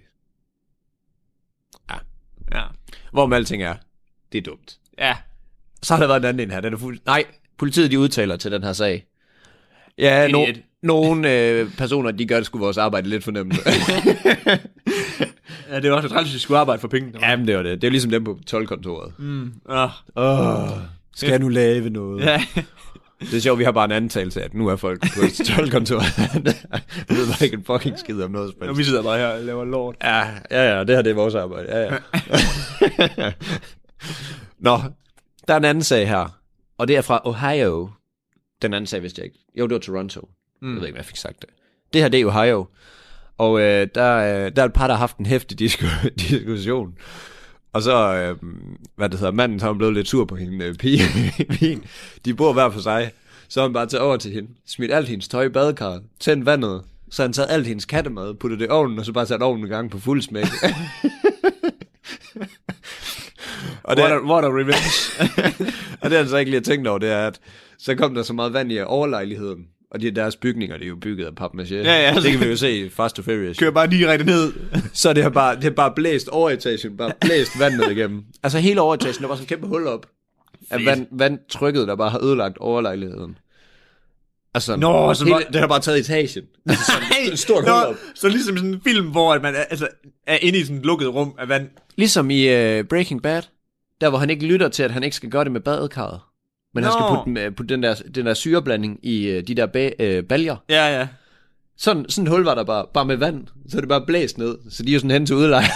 Ja. Ja. Hvor med alting er, det er dumt. Ja. Så har der været en anden en her. Den er fuld... Nej, politiet de udtaler til den her sag. Ja, no, Idiot. nogle øh, personer, de gør det sgu vores arbejde lidt for nemt. Ja, det er også træls, at vi skulle arbejde for penge. Jamen, det var det. Det er jo ligesom dem på toldkontoret. Mm. Ah. Åh, skal jeg nu lave noget? Ja. Det er sjovt, vi har bare en antagelse af, at nu er folk på et toldkontor. Jeg ved bare ikke en fucking skid om noget spil. Og vi sidder bare her og laver lort. Ja, ja, ja, det her det er vores arbejde. Ja, ja. Nå, der er en anden sag her, og det er fra Ohio. Den anden sag vidste jeg ikke. Jo, det var Toronto. Mm. Jeg ved ikke, hvad jeg fik sagt det. Det her, det er Ohio. Og øh, der, der er et par, der har haft en heftig disku- diskussion. Og så, øh, hvad det hedder, manden, så er han blevet lidt sur på hende øh, pige. De bor hver for sig. Så har han bare taget over til hende, smidt alt hendes tøj i badekarret, tændt vandet, så har han taget alt hendes kattemad, puttet det i ovnen, og så bare sat ovnen i gang på fuld smæk. Og det, what, a, what a revenge. og det han så ikke lige har tænkt over, det er, at så kom der så meget vand i overlejligheden. Og de deres bygninger, de er jo bygget af papmaché. Ja, ja. Det kan vi jo se i Fast and Furious. Kører bare direkte ned. Så det har bare, det har bare blæst overetagen, bare blæst vandet igennem. Altså hele overetagen, der var sådan en kæmpe hul op. Af vand, vandtrykket, der bare har ødelagt overlejligheden. Altså, Nå, så hele, var... det har bare taget etagen. Altså sådan et stort hul op. Så ligesom sådan en film, hvor at man er, altså, er inde i sådan et lukket rum af vand. Ligesom i uh, Breaking Bad, der hvor han ikke lytter til, at han ikke skal gøre det med badekarret. Men no. han skal putte, den, putte den, der, den der syreblanding i uh, de der ba- uh, baljer. Ja, ja. Sådan, sådan et hul var der bare, bare med vand. Så er det bare blæst ned. Så de er jo sådan hen til udlejer.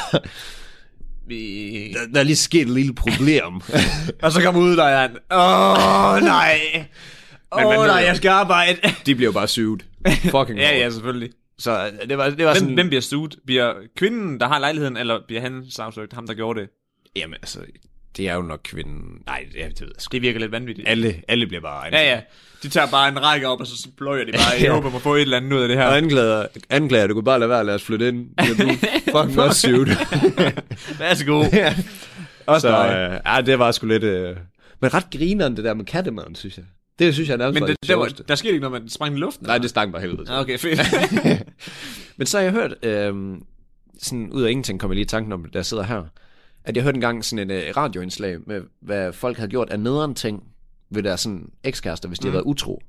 Vi... Der, der er lige sket et lille problem. Og så kommer udlejeren. Åh, oh, nej. Åh, oh, nej, jeg skal arbejde. De bliver jo bare sued. Fucking ja, ja, selvfølgelig. Så det var, det var hvem, sådan... Hvem bliver sued? Bliver kvinden, der har lejligheden, eller bliver han sagsøgt, ham der gjorde det? Jamen, altså, det er jo nok kvinden... Nej, det, det ved jeg sgu. Det virker lidt vanvittigt. Alle, alle bliver bare... Ja, ja. De tager bare en række op, og så pløjer de bare. Jeg håber, man får et eller andet ud af det her. Og anklager, anklager du kunne bare lade være, lad os flytte ind. Du fucking også sued. Værsgo. Ja. Også så, øh, ja, det var sgu lidt... Øh... Men ret grineren, det der med kattemaden, synes jeg. Det synes jeg nærmest. Men det, der, var, der skete ikke noget, man sprang i luften? Nej, det stank bare helvede. Okay, fedt. Men så har jeg hørt, øh, sådan ud af ingenting kom jeg lige i tanken om, da jeg sidder her, at jeg hørte engang sådan en uh, radioindslag med, hvad folk havde gjort af nederen ting ved deres sådan ekskærester, hvis de mm. havde været utro.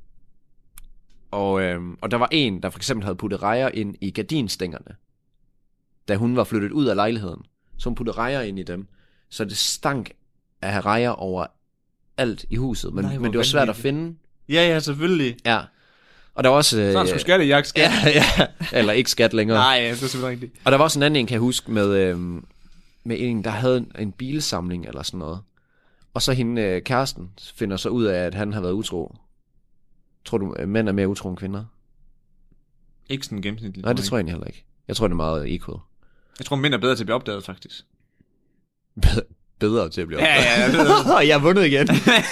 Og, øh, og der var en, der for eksempel havde puttet rejer ind i gardinstængerne, da hun var flyttet ud af lejligheden. Så hun puttede rejer ind i dem, så det stank af at have rejer over alt i huset, men, Nej, men det var svært at finde. Ja, ja, selvfølgelig. Ja. Og der var også... Så er der sgu skat i jagt, skat. Ja, ja, eller ikke skat længere. Nej, ja, det er selvfølgelig rigtigt. Og der var også en anden en, kan jeg huske, med, øh, med en, der havde en, en bilsamling eller sådan noget. Og så hende, øh, kæresten, finder så ud af, at han har været utro. Tror du, at mænd er mere utro end kvinder? Ikke sådan gennemsnitligt. Nej, det tror jeg heller ikke. Jeg tror, det er meget equal. Jeg tror, mænd er bedre til at blive opdaget, faktisk. Bedre, bedre til at blive opdaget? Ja, ja, ja. Jeg har vundet igen.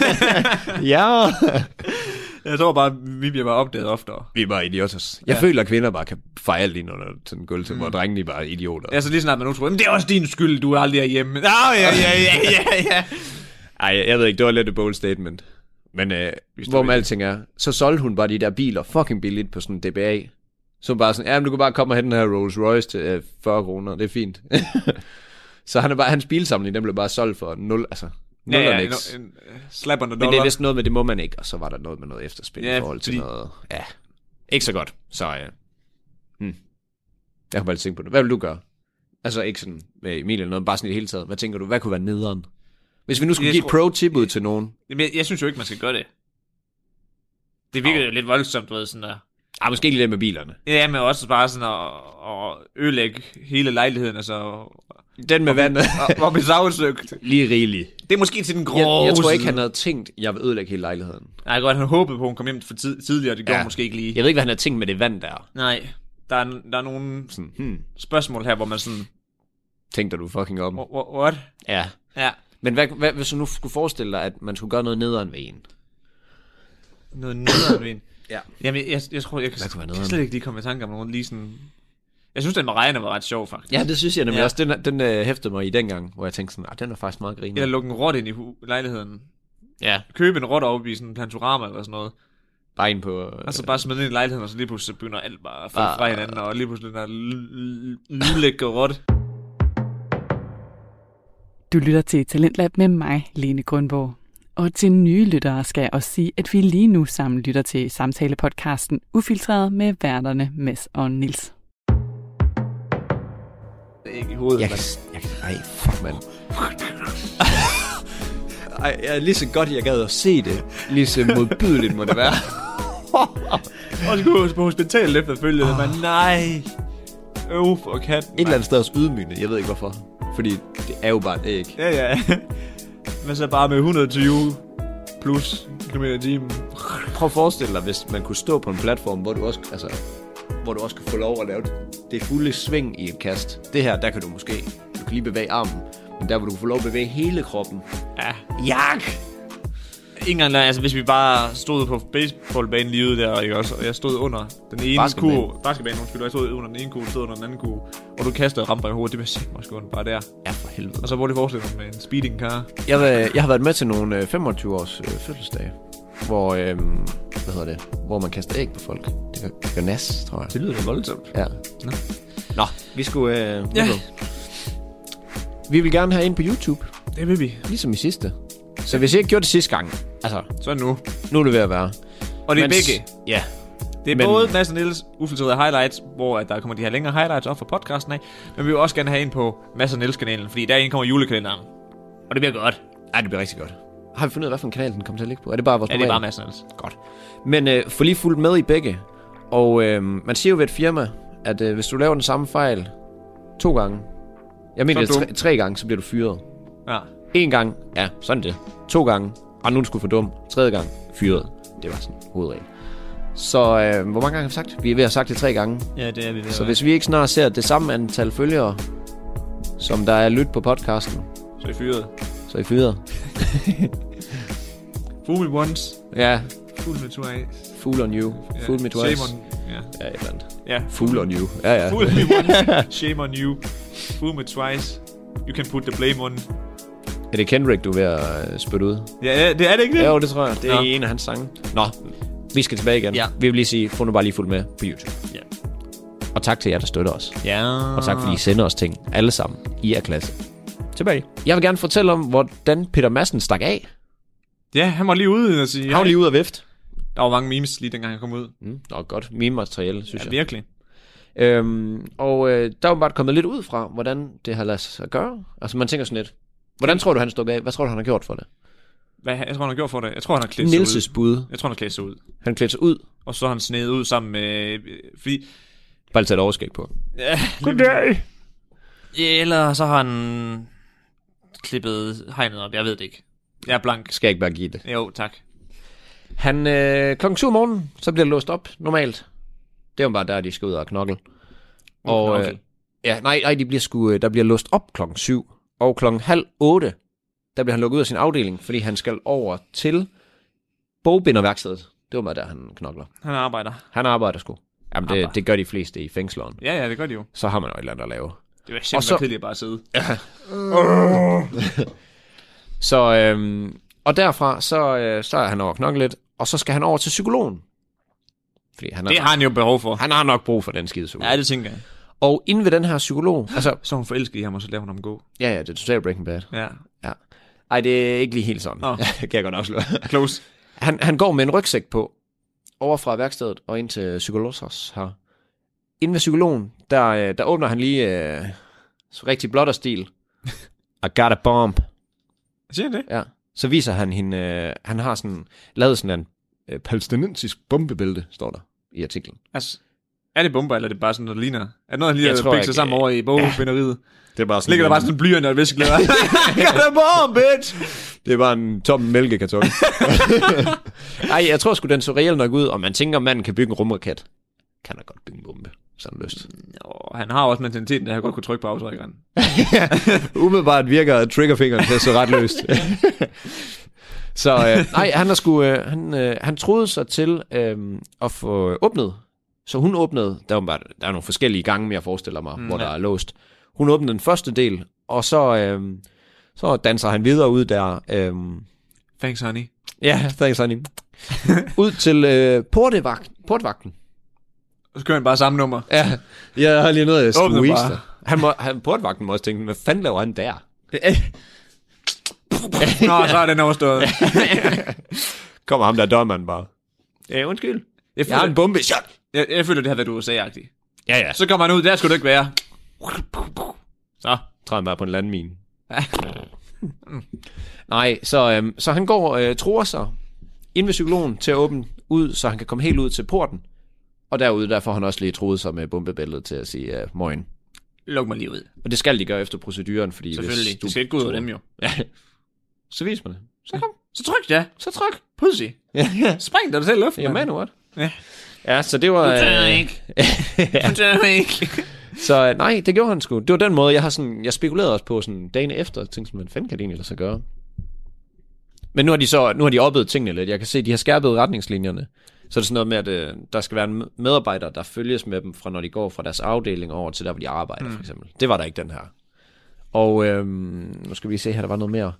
Ja. Jeg tror bare, vi bliver bare opdaget oftere. Vi er bare idioter. Jeg ja. føler, at kvinder bare kan fejre alt ind under sådan en gulv til, mm. hvor drengene bare er idioter. Ja, så lige snart man utro. Men det er også din skyld, du er aldrig hjemme. Nå, ja, ja, ja, ja, ja. Ej, jeg ved ikke, det var lidt et bold statement. Men øh, hvor med alting er, så solgte hun bare de der biler fucking billigt på sådan en D B A. Så bare sådan, ja, men du kan bare komme og have den her Rolls Royce til øh, fyrre kroner, det er fint. Så han er bare, hans bilsamling, den blev bare solgt for nul, altså nul ja, og ja, niks. En, en slap on the dollar. Men det er vist noget med, det må man ikke, og så var der noget med noget efterspil ja, i forhold til fordi... noget, ja, ikke så godt. Så ja, hmm. jeg har bare tænkt på det. Hvad vil du gøre? Altså ikke sådan med Emil eller noget, bare sådan i det hele taget. Hvad tænker du, hvad kunne være nederen? Hvis vi nu skulle jeg give tror... et pro-tip ud til nogen. Jamen, jeg, jeg synes jo ikke, man skal gøre det. Det virker oh. jo lidt voldsomt, ved sådan der. Ah, måske ikke det med bilerne. Ja, men også bare sådan at, at ødelægge hele lejligheden, altså... Den med vandet. Og blive sagsøgt. Lige rigeligt. Det er måske til den grove... Jeg, jeg tror ikke, han havde tænkt, jeg vil ødelægge hele lejligheden. Nej, godt, han håbede på, at hun kom hjem for tid, tidligere, det gjorde ja. Måske ikke lige. Jeg ved ikke, hvad han havde tænkt med det vand der. Nej, der er, der er nogle sådan, hmm. spørgsmål her, hvor man sådan... Tænkte du fucking om? What? Ja. Ja. Men hvad, hvad, hvis du nu skulle forestille dig, at man skulle gøre noget nederen ved en? Noget nederen ved en? Ja. Jamen, jeg, jeg tror, jeg kan, kan slet ikke lige komme i tanke om nogen lige sådan... Jeg synes, den med rejerne var ret sjov, faktisk. Ja, det synes jeg nemlig ja. også. Den, den uh, hæftede mig i dengang, hvor jeg tænkte sådan, ah, den er faktisk meget griner. Eller lukke en rot ind i hu- lejligheden. Ja. Købe en rot op i sådan en plantorama eller sådan noget. Bare ind på... Uh, altså bare smide ind i lejligheden, og så lige pludselig begynder alt bare at falde ah, fra hinanden, og lige pludselig den der lillelægge rot. Du lytter til Talentlab med mig, Lene Grundborg. Og til nye lyttere skal jeg også sige, at vi lige nu sammen lytter til samtalepodcasten Ufiltreret med værterne Mads og Nils. Ikke i hovedet, jeg kan, jeg kan, ej, fuck, mand. ej, jeg er lige så godt, jeg gad at se det. Lige så modbydeligt må det være. Og så gå på hospitalet efterfølgende, oh. Men nej. Øv for katten. Et eller andet sted også ydmygende, jeg ved ikke hvorfor. Fordi det er jo bare et æg. Ja, ja. Men så bare med et hundrede og tyve plus kilometer i timen. Prøv at forestille dig, hvis man kunne stå på en platform, hvor du også, altså, hvor du også kan få lov at lave det, det fulde sving i et kast. Det her, der kan du måske, du kan lige bevæge armen, men der hvor du kan få lov at bevæge hele kroppen. Ja. Jak! Ingen gang, altså hvis vi bare stod på baseballbanen lige ude der, ikke også, og jeg stod under den ene Basketbane. kurve, basketbanen, undskyld, jeg stod under den ene kurve, du stod under den anden kurve, og du kastede og ramte mig i hovedet, det var sikkert måske ondt bare der. Ja, for helvede. Og så hvor det forestiller med en speeding car. Jeg, vil, jeg har været med til nogle øh, femogtyve års øh, fødselsdage, hvor, øh, hvad hedder det, hvor man kaster æg på folk. Det gør, det gør nas, tror jeg. Det lyder da voldsomt. Ja. Nå, Nå vi skulle... Øh, ja. Vi vil gerne have ind på YouTube, det vil vi. ligesom i sidste. Så hvis jeg ikke gjorde det sidste gang, altså, Så nu. nu er det ved at være. Og det er Mens- begge. Ja. Det er Men- både Mads og Niels ufiltrerede highlights, hvor at der kommer de her længere highlights op fra podcasten af, men vi vil også gerne have en på Mads og Niels kanalen, fordi derinde kommer julekalenderen. Og det bliver godt. Ej, det bliver rigtig godt. Har vi fundet ud af, hvad for en kanal den kommer til at ligge på? Er det bare vores Ja, det er normale? bare Mads og Niels. Godt. Men øh, få lige fuldt med i begge. Og øh, man siger jo ved et firma, at øh, hvis du laver den samme fejl to gange, jeg mener Så det er er tre, tre gange, så bliver du fyret. Ja. En gang, ja, sådan det. To gange, og nu er du sgu for dum. Tredje gang, fyret. Det var sådan hovedregel. Så øh, hvor mange gange har vi sagt? Vi er ved at have sagt det tre gange. Ja, det er vi ved. Så hvis vi ikke snart ser det samme antal følgere, som der er lyt på podcasten, Så er I fyret. så er I fyret. Fool me once, Ja, fool me twice. fool on you. Ja. Fool me twice. Shame on... Ja. Ja, et eller andet. Ja. Fool on you. Ja, ja. Fool me once, shame on you. Fool me twice, you can put the blame on. Er det Kendrick, du er ved at øh, spytte ud? Ja, ja, det er det ikke det? Ja, jo, det tror jeg. Det er Nå. en af hans sange. Nå, vi skal tilbage igen. Ja. Vi vil lige sige, få nu bare lige fuldt med på YouTube. Ja. Og tak til jer, der støtter os. Ja. Og tak fordi I sender os ting. Alle sammen. I er klasse. Tilbage. Jeg vil gerne fortælle om, hvordan Peter Madsen stak af. Ja, han var lige ude og sige... Han var lige ude af vift. Der var mange memes lige dengang han kom ud. Mm, nå, godt. Meme-materiale, synes Ja, jeg. virkelig. Øhm, og øh, der er jo bare kommet lidt ud fra, hvordan det har ladet sig gøre. Altså, man tænker sådan lidt, hvordan tror du, han stuk af? Hvad tror du, han har gjort for det? Hvad, jeg tror, han har gjort for det. Jeg tror, han har klædt sig ud. Nilses bud. Jeg tror, han har klædt sig ud. Han klædte sig ud. Og så har han snedet ud sammen med... Fordi... Bare tage et overskæg på. Ja, Goddag. eller så har han klippet hegnet op. Jeg ved det ikke. Jeg er blank. Skal jeg ikke bare give det? Jo, tak. Han, øh, klokken syv om morgenen, så bliver det låst op, normalt. Det er jo bare der, de skal ud og knokle. Og, knokle. øh, ja, nej, nej, de bliver sgu, der bliver låst op klokken syv. Og klokken halv otte, der bliver han lukket ud af sin afdeling, fordi han skal over til bogbinderværkstedet. Det var bare der, han knokler. Han arbejder. Han arbejder sgu. Jamen, det, det gør de fleste i fængsleren. Ja, ja, det gør de jo. Så har man jo et eller andet at lave. Det var Og simpelthen så- kedeligt at bare sidde. Så, øhm, og derfra, så, øh, så er han over at knokle lidt, og så skal han over til psykologen. Fordi han, Det er, har han jo behov for. han har nok brug for den skide psykolog. Ja, det tænker jeg. Og inde ved den her psykolog, altså, Så er hun forelsket i ham, og så lader hun ham gå. ja, ja, det er totalt Breaking Bad. Ja. Ja. Ej, det er ikke lige helt sådan. Nå. kan jeg godt afsløre. Close. Han, han går med en rygsæk på, over fra værkstedet og ind til psykologos her. Inde ved psykologen, der, øh, der åbner han lige øh, så rigtig blotter-stil. I got a bomb. Siger han det? Ja. Så viser han hende, øh, han har sådan, lavet sådan en øh, palæstinensisk bombebælte, står der i artiklen. Altså, er det bomber, eller er det bare sådan noget, der ligner? Er det noget, han lige Jeg har tror bygget sig ikke- sammen over i bogbinderiet? Det er bare sådan Ligger der bare sådan en blyant og et viskelær? got a bomb, bitch! Det er bare en tom mælkekarton. Ej, jeg tror sgu, den så reelt nok ud, og man tænker, manden kan bygge en rumraket. Kan han godt bygge en bombe, sådan lyst. Jo, han har også mentaliteten, der han godt kunne trykke på aftrækkeren. Umiddelbart virker triggerfingeren til så ret løst. Så øh, nej, han, er sgu, øh, han, øh, han troede sig til øh, at få åbnet. Så hun åbnede, der er, bare, der er nogle forskellige gange, jeg forestiller mig, mm, hvor ja. der er låst. Hun åbnede den første del, og så, øh, så danser han videre ud der. Øh, Thanks, honey. ja, thanks, honey. Ud til øh, portevagt, portvagten. Og så kører han bare samme nummer. Ja, jeg har lige noget at Åbne squeeze bare. dig. Han, må, han, portvagten må også tænke, hvad fanden laver han der? Nå, så er den overstået. Kommer ham der dørmanden bare. Ja, undskyld. Jeg Jeg har en føler, bombe. Shot. jeg, jeg føler det har været U S A-agtigt. Ja, ja. Så kommer han ud, der skulle det ikke være. Så. Træder han bare på en landmine. Mm. Nej, så, øhm, så han går øh, tror sig ind ved psykologen til at åbne ud, så han kan komme helt ud til porten. Og derude, der får han også lige troet sig med bombebæltet til at sige, uh, morgen. Luk mig lige ud. Og det skal de gøre efter proceduren, fordi selvfølgelig. hvis du... Det skal ikke gå ud af dem jo. Ja. Så vis mig det. Så kom. Så tryk, ja. Så tryk. Pussy. Ja, ja. Spring dig selv i luften. Ja, man, what? Ja. Ja, så det var... Du tør øh... ikke. Du tør ikke. Så nej, det gjorde han sgu. Det var den måde, jeg har sådan... Jeg spekulerede også på sådan dagen efter, og tænkte sådan, hvad fanden kan det egentlig lade sig gøre? Men nu har de så... Nu har de oppet tingene lidt. Jeg kan se, de har skærpet retningslinjerne. Så er det sådan noget med, at øh, der skal være en medarbejder, der følges med dem, fra når de går fra deres afdeling over til der, hvor de arbejder, mm. for eksempel. Det var der ikke den her. Og øh, nu skal vi se her, der var noget mere.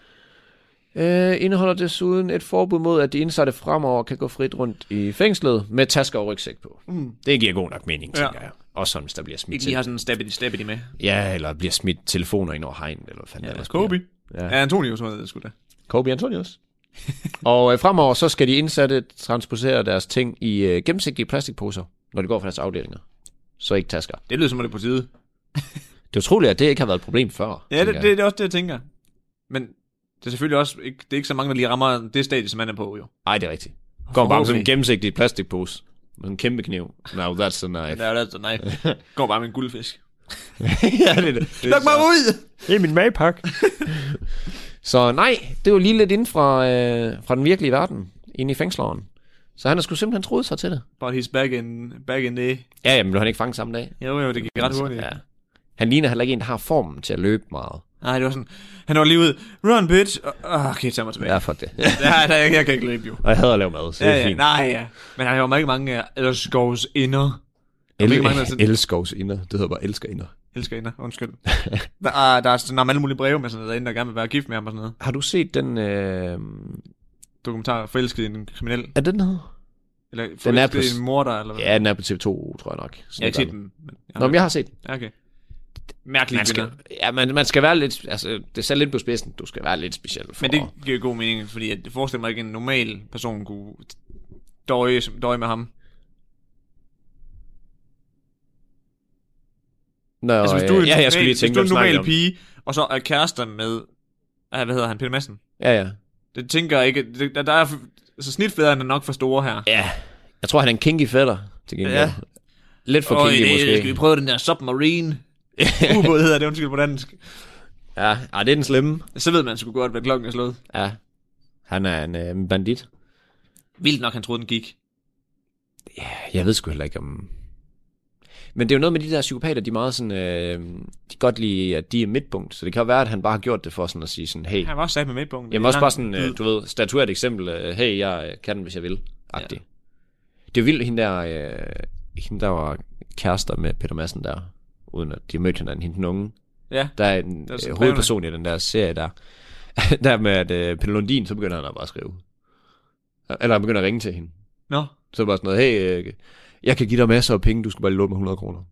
Øh, indeholder desuden et forbud mod, at de indsatte fremover kan gå frit rundt i fængslet med tasker og rygsæk på. Mm. Det giver god nok mening, tænker ja. jeg. Også sådan, hvis der bliver smidt ikke lige har sådan en stabby-stabby med. Ja, eller bliver smidt telefoner ind over hegn, eller hvad fanden ja, eller Kobe. Ja. ja, Antonius var det sgu da. Kobe Antonius. Og øh, fremover så skal de indsatte transportere deres ting i øh, gennemsigtige plastikposer, når de går fra deres afdelinger. Så ikke tasker. Det lyder som om det er på tide. Det er utroligt, at det ikke har været et problem før. Ja, det, det, det er også det, jeg tænker. Men det er selvfølgelig også ikke, det er ikke så mange, der lige rammer det stadie, som man er på, jo. Nej, det er rigtigt. Går bare med sådan en gennemsigtig plastikpose. Med en kæmpe kniv. Now that's a knife. Ja, that's a knife. Går bare med en guldfisk. ja, det er det. Luk mig ud! Det er min madpakke. Så nej, det var lige lidt inden fra, øh, fra den virkelige verden, inde i fængsleren. Så han har sgu simpelthen troet sig til det. But he's back in, back in the... Ja, jamen, blev han ikke fanget samme dag? Jo, jo, det gik ret hurtigt. Ja. Han ligner heller ikke en, der har formen til at løbe meget. Nej, det var sådan, han var lige ud, run bitch, oh, okay, tag mig tilbage. Ja, fuck det. ja, der, jeg, jeg kan ikke løbe jo. Og jeg hader at lave mad, så ja, det er ja, fint. Nej, ja. Men han har jo ikke mange uh, elskovs inder. El- elskovs inder, det hedder bare elsker inder. Elsker inder, undskyld. der, er, der er sådan alle mulige breve med sådan noget, derinde, der gerne vil være gift med ham og sådan noget. Har du set den... Øh... Dokumentar, forelsket i en kriminel? Er den her? Eller forelsket i en morder, eller hvad? Ja, den er på T V to, tror jeg nok. Sådan jeg har ikke set den. Men jeg Nå, men jeg har set den. Ja, okay. Mærkelige man skal, ja, man, man skal være lidt... Altså, det er lidt på spidsen. Du skal være lidt speciel for... Men det giver god mening, fordi jeg forestiller mig ikke, en normal person kunne døje, døje med ham. Nå, altså, hvis du er en, ja, jeg skulle lige tænke, hvis du er en normal pige, og så er kærester med... Ah, hvad hedder han? Peter Madsen? Ja, ja. Det tænker jeg ikke... Det, der, der er... Altså, snitfæderen er nok for store her. Ja. Jeg tror, han er en kinky fætter, til gengæld. Ja. Lidt for kinky, det, måske. Skal vi prøve den der submarine? Ubåd hedder det, undskyld på dansk. Ja, ah, det er den slemme. Så ved man sgu godt, hvad klokken er slået. Ja. Han er en øh, bandit. Vildt nok, han troede, den gik. Ja, jeg ved sgu heller ikke om... Men det er jo noget med de der psykopater, de er meget sådan... Øh, de godt lide, at de er midtpunkt. Så det kan jo være, at han bare har gjort det for sådan at sige sådan, hey... Han var også sat med midtpunkt. Jamen også bare sådan, øh, du ved, statuere et eksempel. Øh, hey, jeg kan den, hvis jeg vil. Agtig. Ja. Det er jo vildt, hende der, øh, hende der var kærester med Peter Madsen der. Uden at de har mødt hinanden, hende den unge. Ja. Der er en er øh, hovedperson i den der serie der. Der med, at øh, Peter Lundin, så begynder han at bare skrive. Eller han begynder at ringe til hende. Nå. No. Så er det bare sådan noget, hey, øh, jeg kan give dig masser af penge, du skal bare lige låne mig hundrede kroner.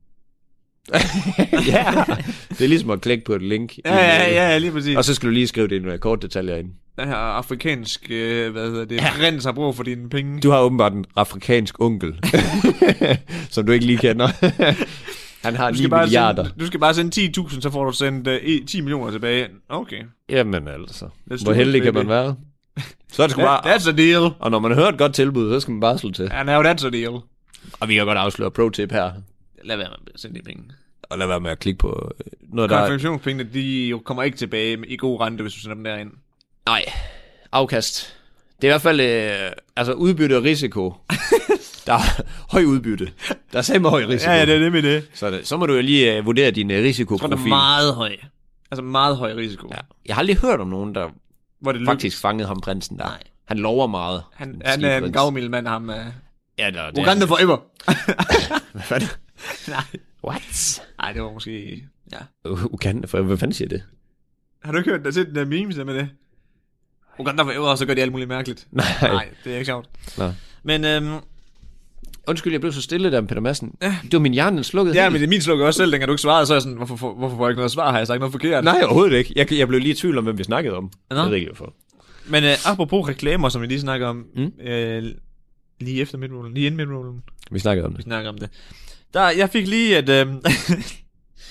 Ja, det er ligesom at klikke på et link. Ja, ja, ja, lige præcis. Og så skal du lige skrive det i nogle kort detaljer ind. Den her afrikansk, øh, hvad hedder det, ja. Rens har brug for dine penge. Du har åbenbart en afrikansk onkel, som du ikke lige kender. Han har ni milliarder. Sende, du skal bare sende ti tusind, så får du sendt uh, ti millioner tilbage. Okay. Jamen altså, hvor heldig kan man være? Så er det sgu bare... That's a deal. Og når man hører et godt tilbud, så skal man bare slå til. Ja, now that's a deal. Og vi kan godt afsløre pro-tip her. Lad være med at sende de penge. Og lad være med at klikke på noget, der... Konfirmationspengene, de jo kommer ikke tilbage i god rente, hvis du sender dem derind. Nej. Afkast. Det er i hvert fald øh, altså udbytte og risiko. Der er høj udbytte. Der er simpelthen høj risiko. Ja, det er det med det. Så, det, så må du jo lige uh, vurdere din uh, risikoprofil. Jeg tror, det er meget høj. Altså meget høj risiko. Ja. Jeg har aldrig hørt om nogen, der Hvor det faktisk lykkes. Fangede ham prinsen der. Nej. Han lover meget. Han, han er en gavmild mand, ham. Uh... Ja, der, det Uganda forever. Hvad fanden? Nej. What? Nej, det var måske... Ja. Uganda forever? Hvad fanden siger det? Har du ikke hørt, der set den der memes der med det? Uganda forever, og så gør de alt muligt mærkeligt. Nej. Nej, det er ikke sjovt. Nå. Men... Øhm... Undskyld, jeg blev så stille der med Peter Madsen. Ja. Det var min hjerne, den slukkede. Ja, helt. Men det er min slukkede også selv, dengang du ikke svarede, så er jeg sådan, hvorfor, for, hvorfor får jeg ikke noget svar? Har jeg sagt noget forkert? Nej, overhovedet ikke. Jeg, jeg blev lige i tvivl om, hvem vi snakkede om. Nå. Jeg ved ikke, hvorfor. Men øh, apropos reklamer, som vi lige snakker om, mm? øh, lige efter midrollen, lige inden midrollen. Vi snakkede om det. Vi snakker om det. Der, jeg fik lige, at øh,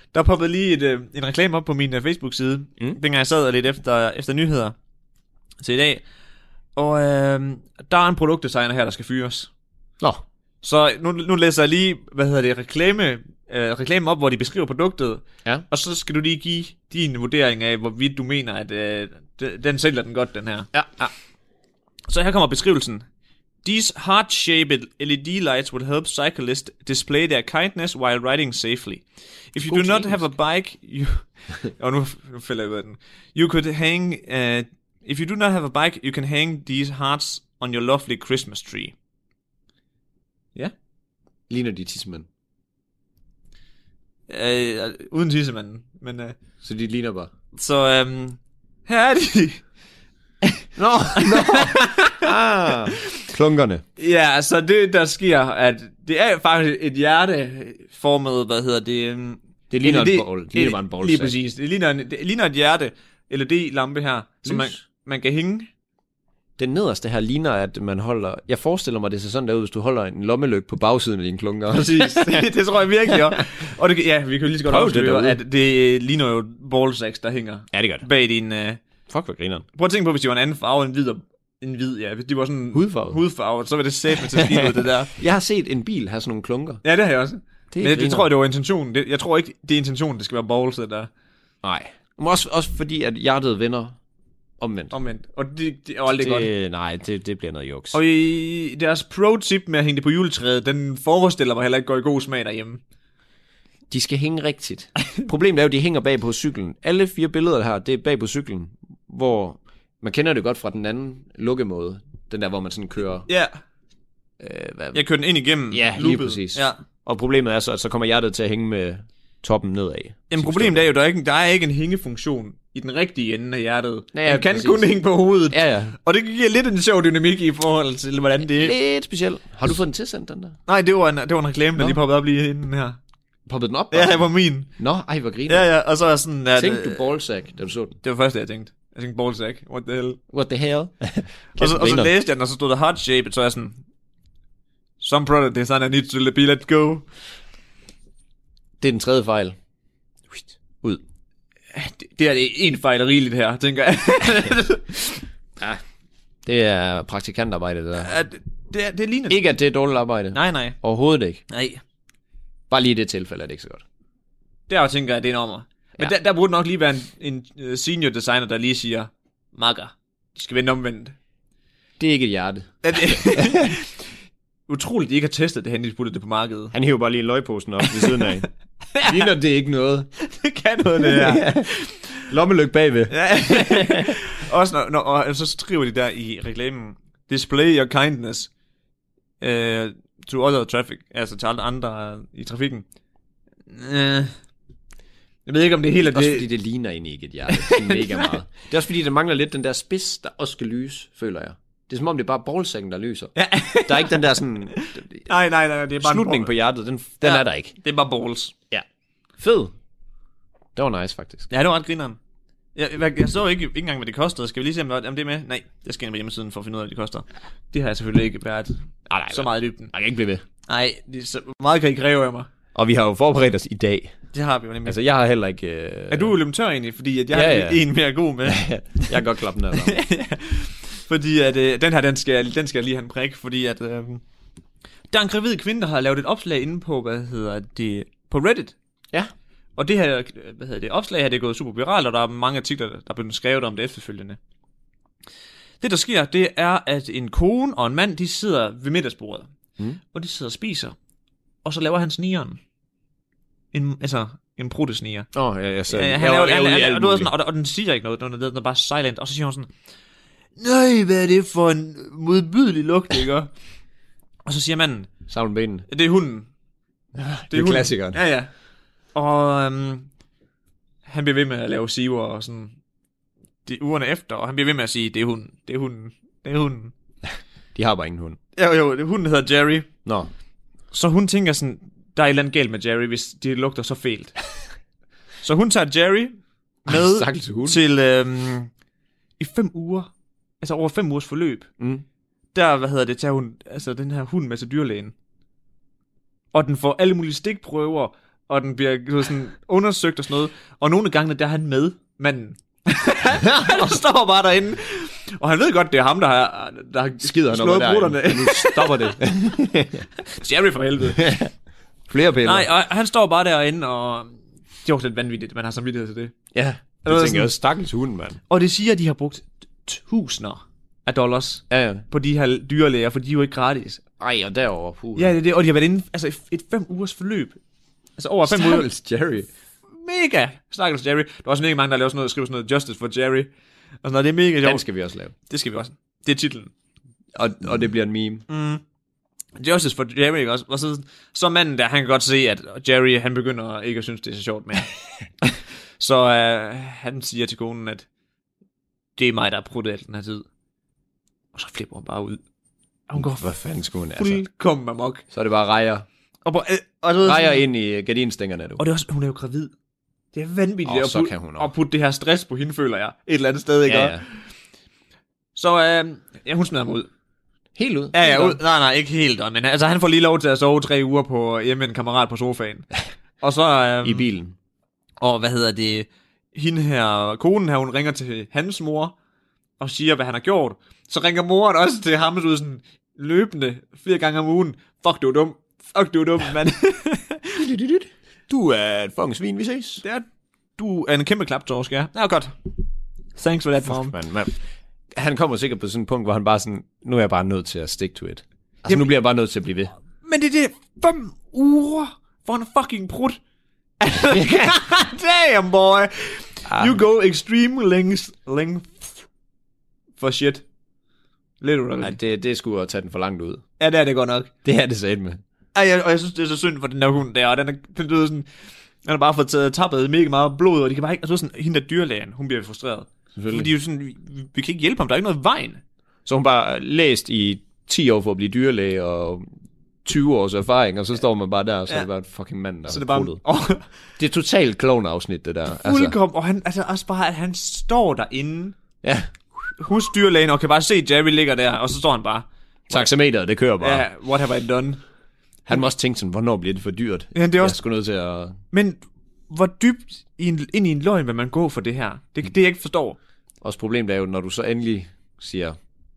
Der poppede lige et, øh, en reklame op på min uh, Facebook-side, mm. dengang jeg sad lidt efter, efter nyheder til i dag. Og øh, der er en produktdesigner her, der skal fyres. Nå. Så nu, nu læser jeg lige, hvad hedder det, reklame, øh, reklame op, hvor de beskriver produktet. Ja. Og så skal du lige give din vurdering af, hvorvidt du mener, at øh, den sælger den godt, den her. Ja. ja. Så her kommer beskrivelsen. These heart-shaped L E D lights will help cyclists display their kindness while riding safely. If you God do not engelsk. have a bike, you... og nu, nu fælder jeg ud af den. You could hang... Uh, if you do not have a bike, you can hang these hearts on your lovely Christmas tree. Ja. Ligner de tissemænd. Uh, uden tissemanden. Men, uh, Så de ligner bare. så um, her er de. Nå, nå. ah, klunkerne. Ja, så det der sker, at det er faktisk et hjerteformet, hvad hedder det? Um, Det ligner L E D, en bold. Det ligner bare en bold. Lige præcis. Det ligner, en, det ligner et hjerte, L E D-lampe her, som man, man kan hænge. Den nederste her ligner, at man holder... Jeg forestiller mig, det ser sådan der ud, hvis du holder en lommelygte på bagsiden af dine klunker. Præcis, det, det tror jeg virkelig også. Og det, ja, vi kan jo lige så godt Prøv afsløre, det derude. at det ligner jo ballsacks, der hænger Ja, det gør det. bag din... Uh... Fuck, hvor grineren. Prøv at tænke på, hvis de var en anden farve end hvid, og- en hvid, ja. Hvis de var sådan Hudfarvet. hudfarvet, så var det sæt med til skidt ud, det der. Jeg har set en bil have sådan nogle klunker. Ja, det har jeg også. Det Men det, det griner. tror jeg, det var intentionen. Det, jeg tror ikke, det er intentionen, det skal være balls, det der. Nej. Men også, også fordi, at hjertet vender omvendt. Omvendt. Og det, det er aldrig godt. det, nej, det, det bliver noget juks. Og i deres pro-tip med at hænge det på juletræet, den forestiller mig heller ikke går i god smag derhjemme. De skal hænge rigtigt. Problemet er jo, at de hænger bag på cyklen. Alle fire billeder her, det er bag på cyklen, hvor man kender det godt fra den anden lukkemåde. Den der, hvor man sådan kører... Ja, Øh, hvad? jeg kører den ind igennem Ja, lige loopet. præcis. Ja. Og problemet er så, at så kommer hjertet til at hænge med toppen nedad. Jamen problemet er jo, der er ikke, der er ikke en hængefunktion i den rigtige ende af hjertet. Ja, ja, Man kan præcis. kun hænge på hovedet. Ja, ja. Og det giver lidt en sjov dynamik i forhold til, hvordan det er. Lidt specielt. Har du fået den tilsendt, den der? Nej, det var en, det var en reklame, der Nå. lige poppede op lige inden her. Poppede den op? Ja, det var min. Nå, ej, hvor griner. Ja, ja, og så er sådan... At, Tænkte du ballsack, da du så den? Det var første, jeg tænkte. Jeg tænkte ballsack. What the hell? What the hell? Og så, og så læste jeg den, og så stod der heart-shaped, så er jeg sådan... Some product designer needs to be let go. Det er den tredje fejl. Ud. Det, det er en fejl rigeligt her, tænker jeg. Ja. Det er praktikantarbejde, det der. Ja, det, det, er- det ligner... Ikke, at det er dårligt arbejde. Nej, nej. Overhovedet ikke. Nej. Bare lige i det tilfælde er det ikke så godt. Der tænker jeg, det er en ommer. Men Ja. der, der burde nok lige være en, en uh, senior designer, der lige siger, makker, de skal vende omvendt. Det er ikke et hjerte. Er det... Utroligt, de ikke har testet det, hen de puttede det på markedet. Han hiver bare lige en løgposen op ved siden af. Ligner det ikke noget? Det kan noget, det her. Lommelyk bagved. Ja. Også når, når, og så skriver de der i reklamen, display your kindness uh, to other traffic, altså til alle andre i trafikken. Uh, jeg ved ikke, om det hele er Også det... fordi det ligner egentlig ikke et hjerte. Det er mega meget. Det er også fordi, der mangler lidt den der spids, der også skal lyse, føler jeg. Det er som om, det er bare ballsacken, der lyser. Ja. Der er ikke den der sådan... nej, nej, nej, det er bare slutning en på hjertet, den, den Ja. er der ikke. Det er bare balls. Ja. Fed. Det var nice, faktisk. Ja, det var ret grineren. Jeg, jeg, jeg så ikke, ikke engang, hvad det kostede. Skal vi lige se, om, om det er med? Nej, det skal jeg på hjemmesiden for at finde ud af, hvad det koster. Det har jeg selvfølgelig ikke været Ah, nej, så meget i dybden. Jeg kan ikke blive ved. Nej, det er så hvor meget kan I kræve af mig? Og vi har jo forberedt os i dag. Det har vi jo nemlig. Altså, jeg har heller ikke... Øh... Er du løbet tør egentlig? Fordi at jeg Ja, har ja. en mere god med. jeg kan godt klappe den her sammen. Fordi at øh, den her, den skal, den skal jeg lige have en prik. Fordi at øh, der er en gravid kvinde, der har lavet et opslag inde på, hvad hedder det, på Reddit. Ja. Og det her, hvad hedder det, opslag her, det er gået super viralt, og der er mange artikler, der er blevet skrevet om det efterfølgende. Det, der sker, det er, at en kone og en mand, de sidder ved middagsbordet. Mm. Og de sidder og spiser. Og så laver han snigeren. En, altså, en pruttesniger. Åh, oh, ja, jeg sagde... Ja, han laver, han, han, han, og, du ved sådan, og, og den siger ikke noget, den er, den er bare silent. Og så siger hun sådan, nej, hvad er det for en modbydelig lugt, ikke? Og så siger manden, Savlen benene. det er hunden. Det er, hunden. klassikeren. Ja, ja. Og øhm, han bliver ved med at lave siver og sådan, de ugerne efter, og han bliver ved med at sige, det er hunden, det er hunden, det er hunden. De har bare ingen hund. Jo, jo, det, hunden hedder Jerry. Nå. Så hun tænker sådan, der er et eller andet galt med Jerry, hvis de lugter så fælt. Så hun tager Jerry med Stakkels hund. til øhm, i fem uger, altså over fem ugers forløb, Mm. der, hvad hedder det, tager hun, altså den her hund med til dyrlægen. Og den får alle mulige stikprøver, og den bliver du ved, sådan undersøgt og sådan noget. Og nogle af gangene, der er han med, manden. Han står bare derinde, og han ved godt, det er ham, der har, der har skider slået brutterne. Nu stopper det. Jerry for helvede. Flere piller. Nej, og han står bare derinde, og det er også lidt vanvittigt, man har samvittighed til det. Ja, det tænker jeg også, stakkels hunden, mand. Og det siger, at de har brugt tusinder af dollars ja, ja. på de her dyrlæger, for de er jo ikke gratis. Ej, og derovre, puh. Ja, det er det, og de har været inde, altså et, et fem ugers forløb. Altså over fem uger. Stakkels Jerry. Mega. Stakkels Jerry. Der er også mega mange, der laver sådan noget, skriver sådan noget, Justice for Jerry. Og sådan noget, det er mega sjovt. Den skal vi også lave. Det skal vi også. Det er titlen. Og, og det bliver en meme. Mm. Justice for Jerry, ikke også? Og så, så manden der, han kan godt se, at Jerry, han begynder ikke at synes, det er så sjovt mere. Så uh, han siger til konen, at det er mig, der har pruttet alt den her tid. Og så flipper hun bare ud. Og hun går Hvad fanden skulle hun, altså? fuldkommen amok. Så er det bare rejer. Og, og, og, rejer ind i gardinstængerne, du. Og det er også, hun er jo gravid. Det er vanvittigt oh, at, så putte, kan hun at putte det her stress på hende, føler jeg. Et eller andet sted, ikke? Ja, ja. Så uh, ja, hun smider ham ud. Helt ud? Ja, ja, ud. Nej, nej, ikke helt. Men altså, han får lige lov til at sove tre uger på hjemme med en kammerat på sofaen. Og så... Um, I bilen. Og hvad hedder det? Hende her, konen her, hun ringer til hans mor og siger, hvad han har gjort. Så ringer moren også til ham ud sådan løbende flere gange om ugen. Fuck, du er dum. Fuck, du er dum, mand. Du er et fucking svin, vi ses. Det er, du er en kæmpe klaptorsk, ja. Ja, godt. Thanks for that, mom. Man, man. Han kommer sikkert på sådan et punkt, hvor han bare sådan, nu er jeg bare nødt til at stick to it. Altså, Jamen, nu bliver jeg bare nødt til at blive ved. Men det er det fem uger for en fucking prut. Damn, boy. You go extreme length, length for shit. Lidt under Nej, det, det skulle at tage den for langt ud. Ja, det er det godt nok. Det er det sat med. Ej, jeg, og jeg synes, det er så synd for den der hund der, og den er, den er sådan, den har bare fået taget, tappet mega meget blod, og de kan bare ikke, altså sådan, hende der dyrlægen, hun bliver frustreret. Fordi de er jo sådan, vi, vi kan ikke hjælpe ham, der er ikke noget vejen. Så hun bare læst i ti år for at blive dyrlæge, og tyve års erfaring, og så står man bare der, og så ja. er det bare en fucking mand, der så det er bare, oh. Det er totalt klovn-afsnit, det der. Fuldkommen, altså. Og han, altså også bare, at han står derinde, ja. hos dyrlægen, og kan bare se, at Jerry ligger der, og så står han bare. Taxameteret, det kører bare. Ja, what have I done? Han må også tænke sådan, hvornår bliver det for dyrt? Ja, det er også... Jeg skulle nødt til at... Men hvor dybt i en, ind i en løgn vil man gå for det her? Det, det jeg ikke forstår. Også problemet er jo, når du så endelig siger,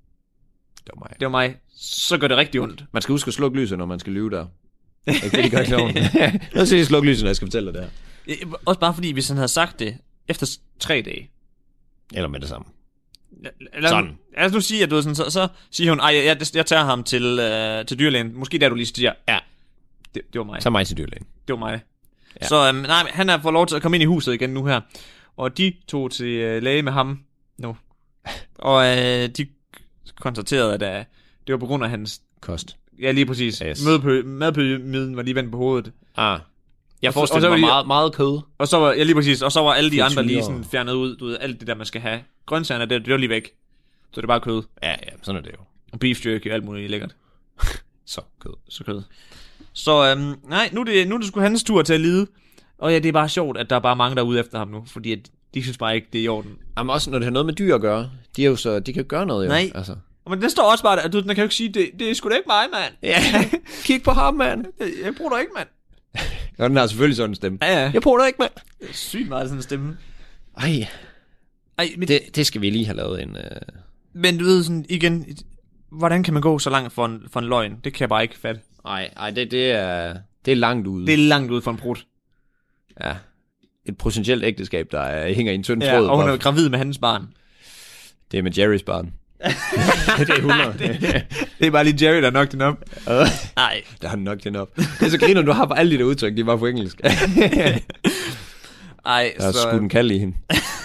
det var mig. Det var mig. Så gør det rigtig ondt. Man skal huske at slukke lyset, når man skal lyve der. Ikke det, de gør kloven. Lad os se, at slukke lyset, når jeg skal fortælle dig det her. Også bare fordi, hvis han havde sagt det efter tre dage. Eller med det samme. Lad, sådan. Lad os nu sige, at du sådan, så, så siger hun, ej, jeg, jeg tager ham til, øh, til dyrlægen. Måske der du lige siger, ja, det, det var mig. Tag mig til dyrlægen. Det var mig. Ja. Så øhm, nej, han har fået lov til at komme ind i huset igen nu her. Og de tog til øh, læge med ham nu. Og øh, de konstaterede, at øh, det var på grund af hans... kost. Ja, lige præcis. Yes. Madpyramiden var lige vendt på hovedet. Ah. Jeg forestiller mig meget, meget kød. Og så var, ja, lige præcis. Og så var alle de andre lige sådan fjernet ud. Du ved, alt det der, man skal have. Grøntsagerne, det, det var lige væk. Så det er bare kød. Ja, ja, sådan er det jo. Og beef jerky og alt muligt lækkert. så kød. Så kød. Så øhm, nej, nu er, det, nu er det sgu hans tur til at lide. Og ja, det er bare sjovt, at der er bare mange, der er ude efter ham nu. Fordi at de synes bare ikke, det er i orden. Jamen også, når det har noget med dyr at gøre. De er jo så, de kan jo gøre noget jo. Nej. Altså. Men det står også bare, at du den kan jo ikke sige, det, det er sgu da ikke mig, mand. Ja, kig på ham, mand. Jeg, jeg bruger dig ikke, mand. Ja, den har selvfølgelig sådan en stemme. Ja, ja. Jeg bruger dig ikke, mand. Det er sygt meget sådan en stemme. Ej. Ej, men... det, det skal vi lige have lavet en... Uh... Men du ved sådan, igen, hvordan kan man gå så langt for en, for en løgn? Det kan jeg bare ikke fatte. Nej, ej, det, det, er, det er langt ude. Det er langt ude for en brud. Ja. Et potentielt ægteskab, der er, hænger i en tynd tråd. Ja, og hun er gravid med hans barn. Det er med Jerrys barn. det er hundrede. det, det er bare lige Jerry, der nok den op. Nej, der har nok den op. Det er så griner, du har bare alle de der udtryk, de er bare på engelsk. Ej, der er så... skudt en kald i hende.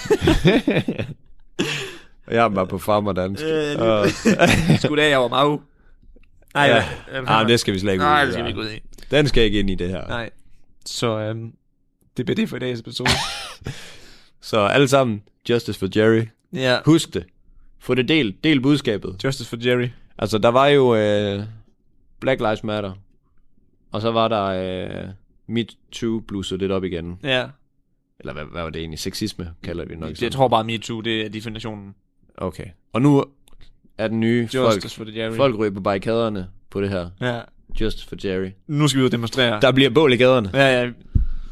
Og jeg er bare på farm og dansk. Øh, Skud af, jeg var mag. Nej, ja. Ah, det skal vi slet ikke ud i. Nej, det skal vi ikke ud i. Den skal ikke ind i det her. Nej. Så øhm, det bliver det for i dagens episode. Så alle sammen, Justice for Jerry. Ja. Husk det. Få det delt. Del budskabet. Justice for Jerry. Altså, der var jo øh, Black Lives Matter. Og så var der øh, Me Too blusset lidt op igen. Ja. Eller hvad, hvad var det egentlig? Sexisme kalder vi det nok. Jeg sådan. tror bare, Me Too, det er definitionen. Okay. Og nu er den nye Justice folk, for the Jerry. Folk ryger på barrikaderne på det her. Ja. Justice for Jerry. Nu skal vi ud og demonstrere. Der bliver bål i gaderne. Ja, ja.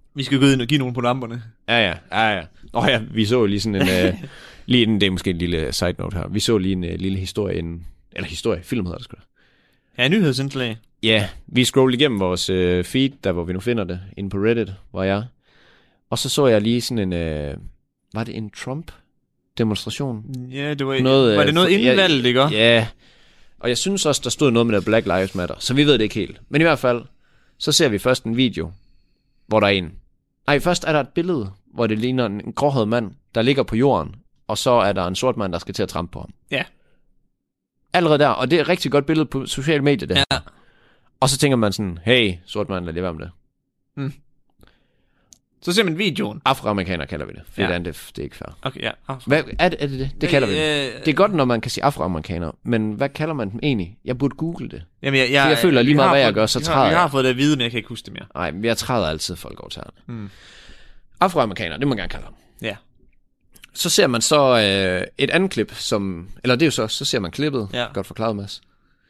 Vi skal gå ind og give nogen på lamperne. Ja, ja, ja, ja. Nå ja, vi så lige sådan en, øh, lige en, det er måske en lille side note her. Vi så lige en uh, lille historie inden, eller historie, film hedder det sgu da. Ja, nyhedsindslag. Ja, vi scrollede igennem vores øh, feed, der hvor vi nu finder det, inde på Reddit, hvor jeg. Og så så jeg lige sådan en, øh, var det en Trump-demonstration? Ja, det var, noget, var det noget inden valget, ikke? Ja, og jeg synes også, der stod noget med der Black Lives Matter, så vi ved det ikke helt. Men i hvert fald, så ser vi først en video, hvor der er en. Nej, først er der et billede, hvor det ligner en gråhåret mand, der ligger på jorden, og så er der en sort mand, der skal til at trampe på ham. Ja. Allerede der, og det er et rigtig godt billede på sociale medier, det her. Ja. Og så tænker man sådan, hey, sort mand, lad lige være med det. Mm. Så ser man videoen. Afroamerikaner kalder vi det, for Ja. det, andet, det, det er ikke fair. Okay, ja. Ah, Hvad, er, det, er det det? Det kalder vi det. Øh, Det er godt, når man kan sige afroamerikanere, men hvad kalder man dem egentlig? Jeg burde google det. Jamen, jeg, jeg, jeg føler lige vi meget, har hvad jeg fået- gør, så vi har- træder Vi har jeg. fået det at vide, men jeg kan ikke huske det mere. Nej, men jeg træder altid folk over tæerne. Mm. Afroamerikanere, det må man gerne kalde dem. Ja. Så ser man så øh, et andet klip, som, eller det er jo så, så ser man klippet, Ja. godt forklaret, Mads.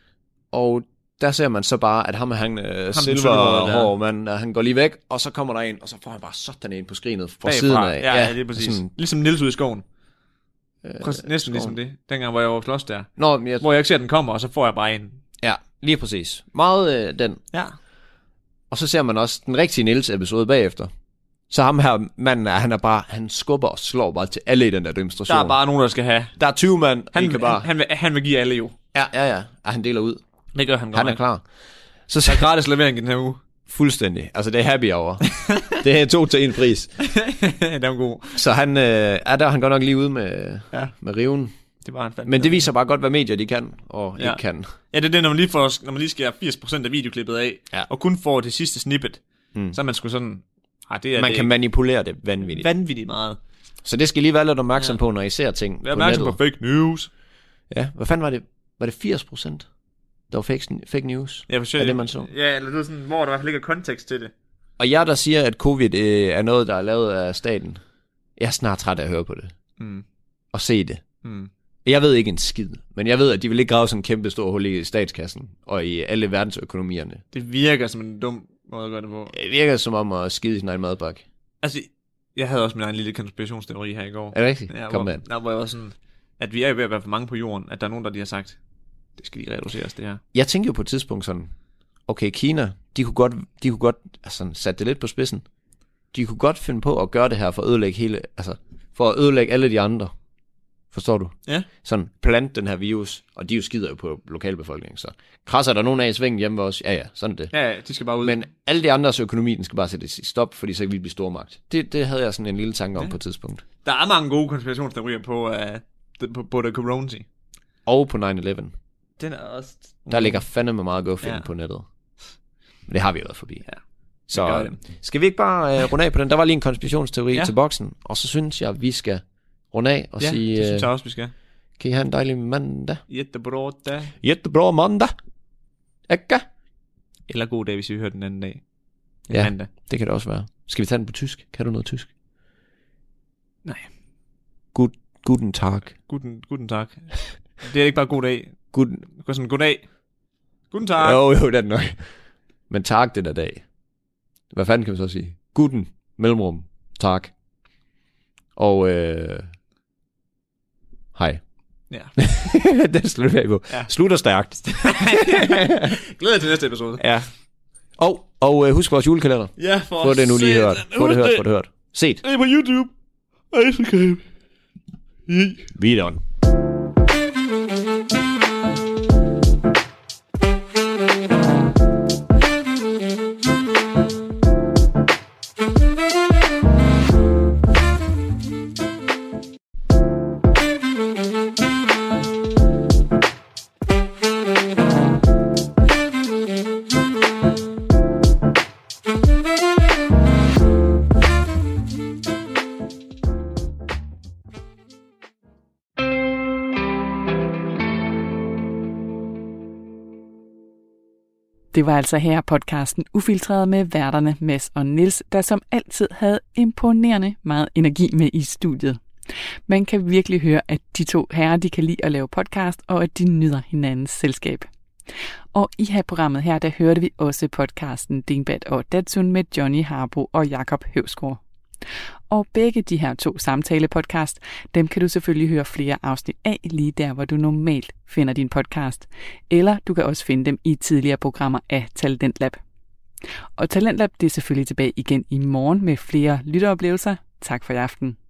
Og der ser man så bare, at ham, han øh, sølvhårede silver der. hår mand, han går lige væk, og så kommer der en, og så får han bare sådan en på skrinet fra Bagfra. siden af. Ja, ja, det er præcis. Sådan, Ligesom Nils ude i skoven. øh, Præcis, næsten ligesom skoven. det. Dengang, hvor jeg var slås der. Nå, men jeg, Hvor jeg ikke ser, at den kommer, og så får jeg bare en. ja, lige præcis. Meget øh, den. Ja. Og så ser man også den rigtige Niels episode bagefter. Så ham her manden, er, han er bare, han skubber og slår bare til alle i den der demonstration. Der er bare nogen, der skal have. der er tyve mand, Han, han, kan bare, han, han, vil, han vil give alle jo. ja, ja, ja, og han deler ud. Det gør han godt. Han er nok. klar. Så Der er gratis levering i den her uge. fuldstændig. Altså, det er happy hour. Det er to til en pris. Det er god. Så han øh, er der, han går nok lige ude med, Ja. med riven. Det var han fandme. Men det viser bare godt, hvad medier de kan og Ja. ikke kan. Ja, det er det, når man lige, får, når man lige skærer firs procent af videoklippet af, Ja. og kun får det sidste snippet, Mm. så er man sgu sådan, ah, det er Man det kan manipulere det vanvittigt. vanvittigt meget. Så det skal I lige være lidt opmærksom Ja. på, når I ser ting Vær på opmærksom nettet. på fake news. Ja, hvad fanden var det? Var det firs procent? Der var fake, fake news. Ja, for Er det, man så? Ja, eller det er sådan, hvor der i hvert fald ikke er kontekst til det. Og jeg, der siger, at covid øh, er noget, der er lavet af staten. Jeg er snart træt af at høre på det. Mm. Og se det. Mm. Jeg ved ikke en skid, men jeg ved, at de vil ikke grave sådan en kæmpe stor hul i statskassen og i alle verdensøkonomierne. Det virker som en dum måde at gøre det på. Det virker som om at skide i sin egen madbakke. Altså, jeg havde også min egen lille konspirationsteori her i går. Er det rigtigt? Ja, Kom hvor, med. der, hvor jeg var sådan, at vi er ved at være for mange på jorden, at der er nogen, der lige har sagt, det skal lige reduceres, det her. Jeg tænkte jo på et tidspunkt sådan, okay, Kina, de kunne godt, de kunne godt altså, sætte det lidt på spidsen. De kunne godt finde på at gøre det her for at ødelægge hele, altså, for at ødelægge alle de andre. Forstår du? Ja. Sådan, plant den her virus, og de jo skider jo på lokalbefolkningen, så krasser der nogen af i svingen hjemme ved os? Ja, ja, sådan er det. Ja, ja, de skal bare ud. Men alle de andres økonomi, den skal bare sættes i stop, fordi så kan vi blive stormagt. Det, det havde jeg sådan en lille tanke om Ja. på et tidspunkt. Der er mange gode konspirationsteorier på, uh, på, på The Corona. Og på nine eleven. Den er også... Der ligger fandeme meget godt film Ja. ja. på nettet. Men det har vi jo været forbi. Ja. Så gør det. skal vi ikke bare uh, runde af på den? Der var lige en konspirationsteori Ja. ja. til boksen, og så synes jeg, at vi skal runde af og Ja, sige, det synes uh, jeg også, vi skal. kan I have en dejlig mandag? Jättebra dag. Jättebra mandag! Ikke? Eller god dag, hvis vi hører den anden dag. En Ja. mandag. Det kan det også være. Skal vi tage den på tysk? Kan du noget tysk? Nej. Good, guten Tag. Guten, guten tak. Det er ikke bare god dag. Guten... Det går sådan, god dag. Guten tak. Jo, jo, det er det nok. Men Tag, det der dag. Hvad fanden kan man så sige? Guten, mellemrum, Tag. Og øh... hej. Ja. Den slutter vi på. Ja. Slutter stærkt. Glæder dig til næste episode. Ja. Og, og øh, husk vores julekalender. Ja, for Få det nu lige hørt. Få det hørt, få det hørt. Set. Det er på YouTube. Ej, Videre. Det var altså her podcasten Ufiltreret med værterne Mads og Niels, der som altid havde imponerende meget energi med i studiet. Man kan virkelig høre, at de to herrer de kan lide at lave podcast, og at de nyder hinandens selskab. Og i her programmet her, der hørte vi også podcasten Dingbat og Datsun med Johnny Harbo og Jakob Høvsgaard. Og begge de her to samtale-podcast, dem kan du selvfølgelig høre flere afsnit af lige der, hvor du normalt finder din podcast. Eller du kan også finde dem i tidligere programmer af Talentlab. Og Talentlab, det er selvfølgelig tilbage igen i morgen med flere lytteoplevelser. Tak for i aften.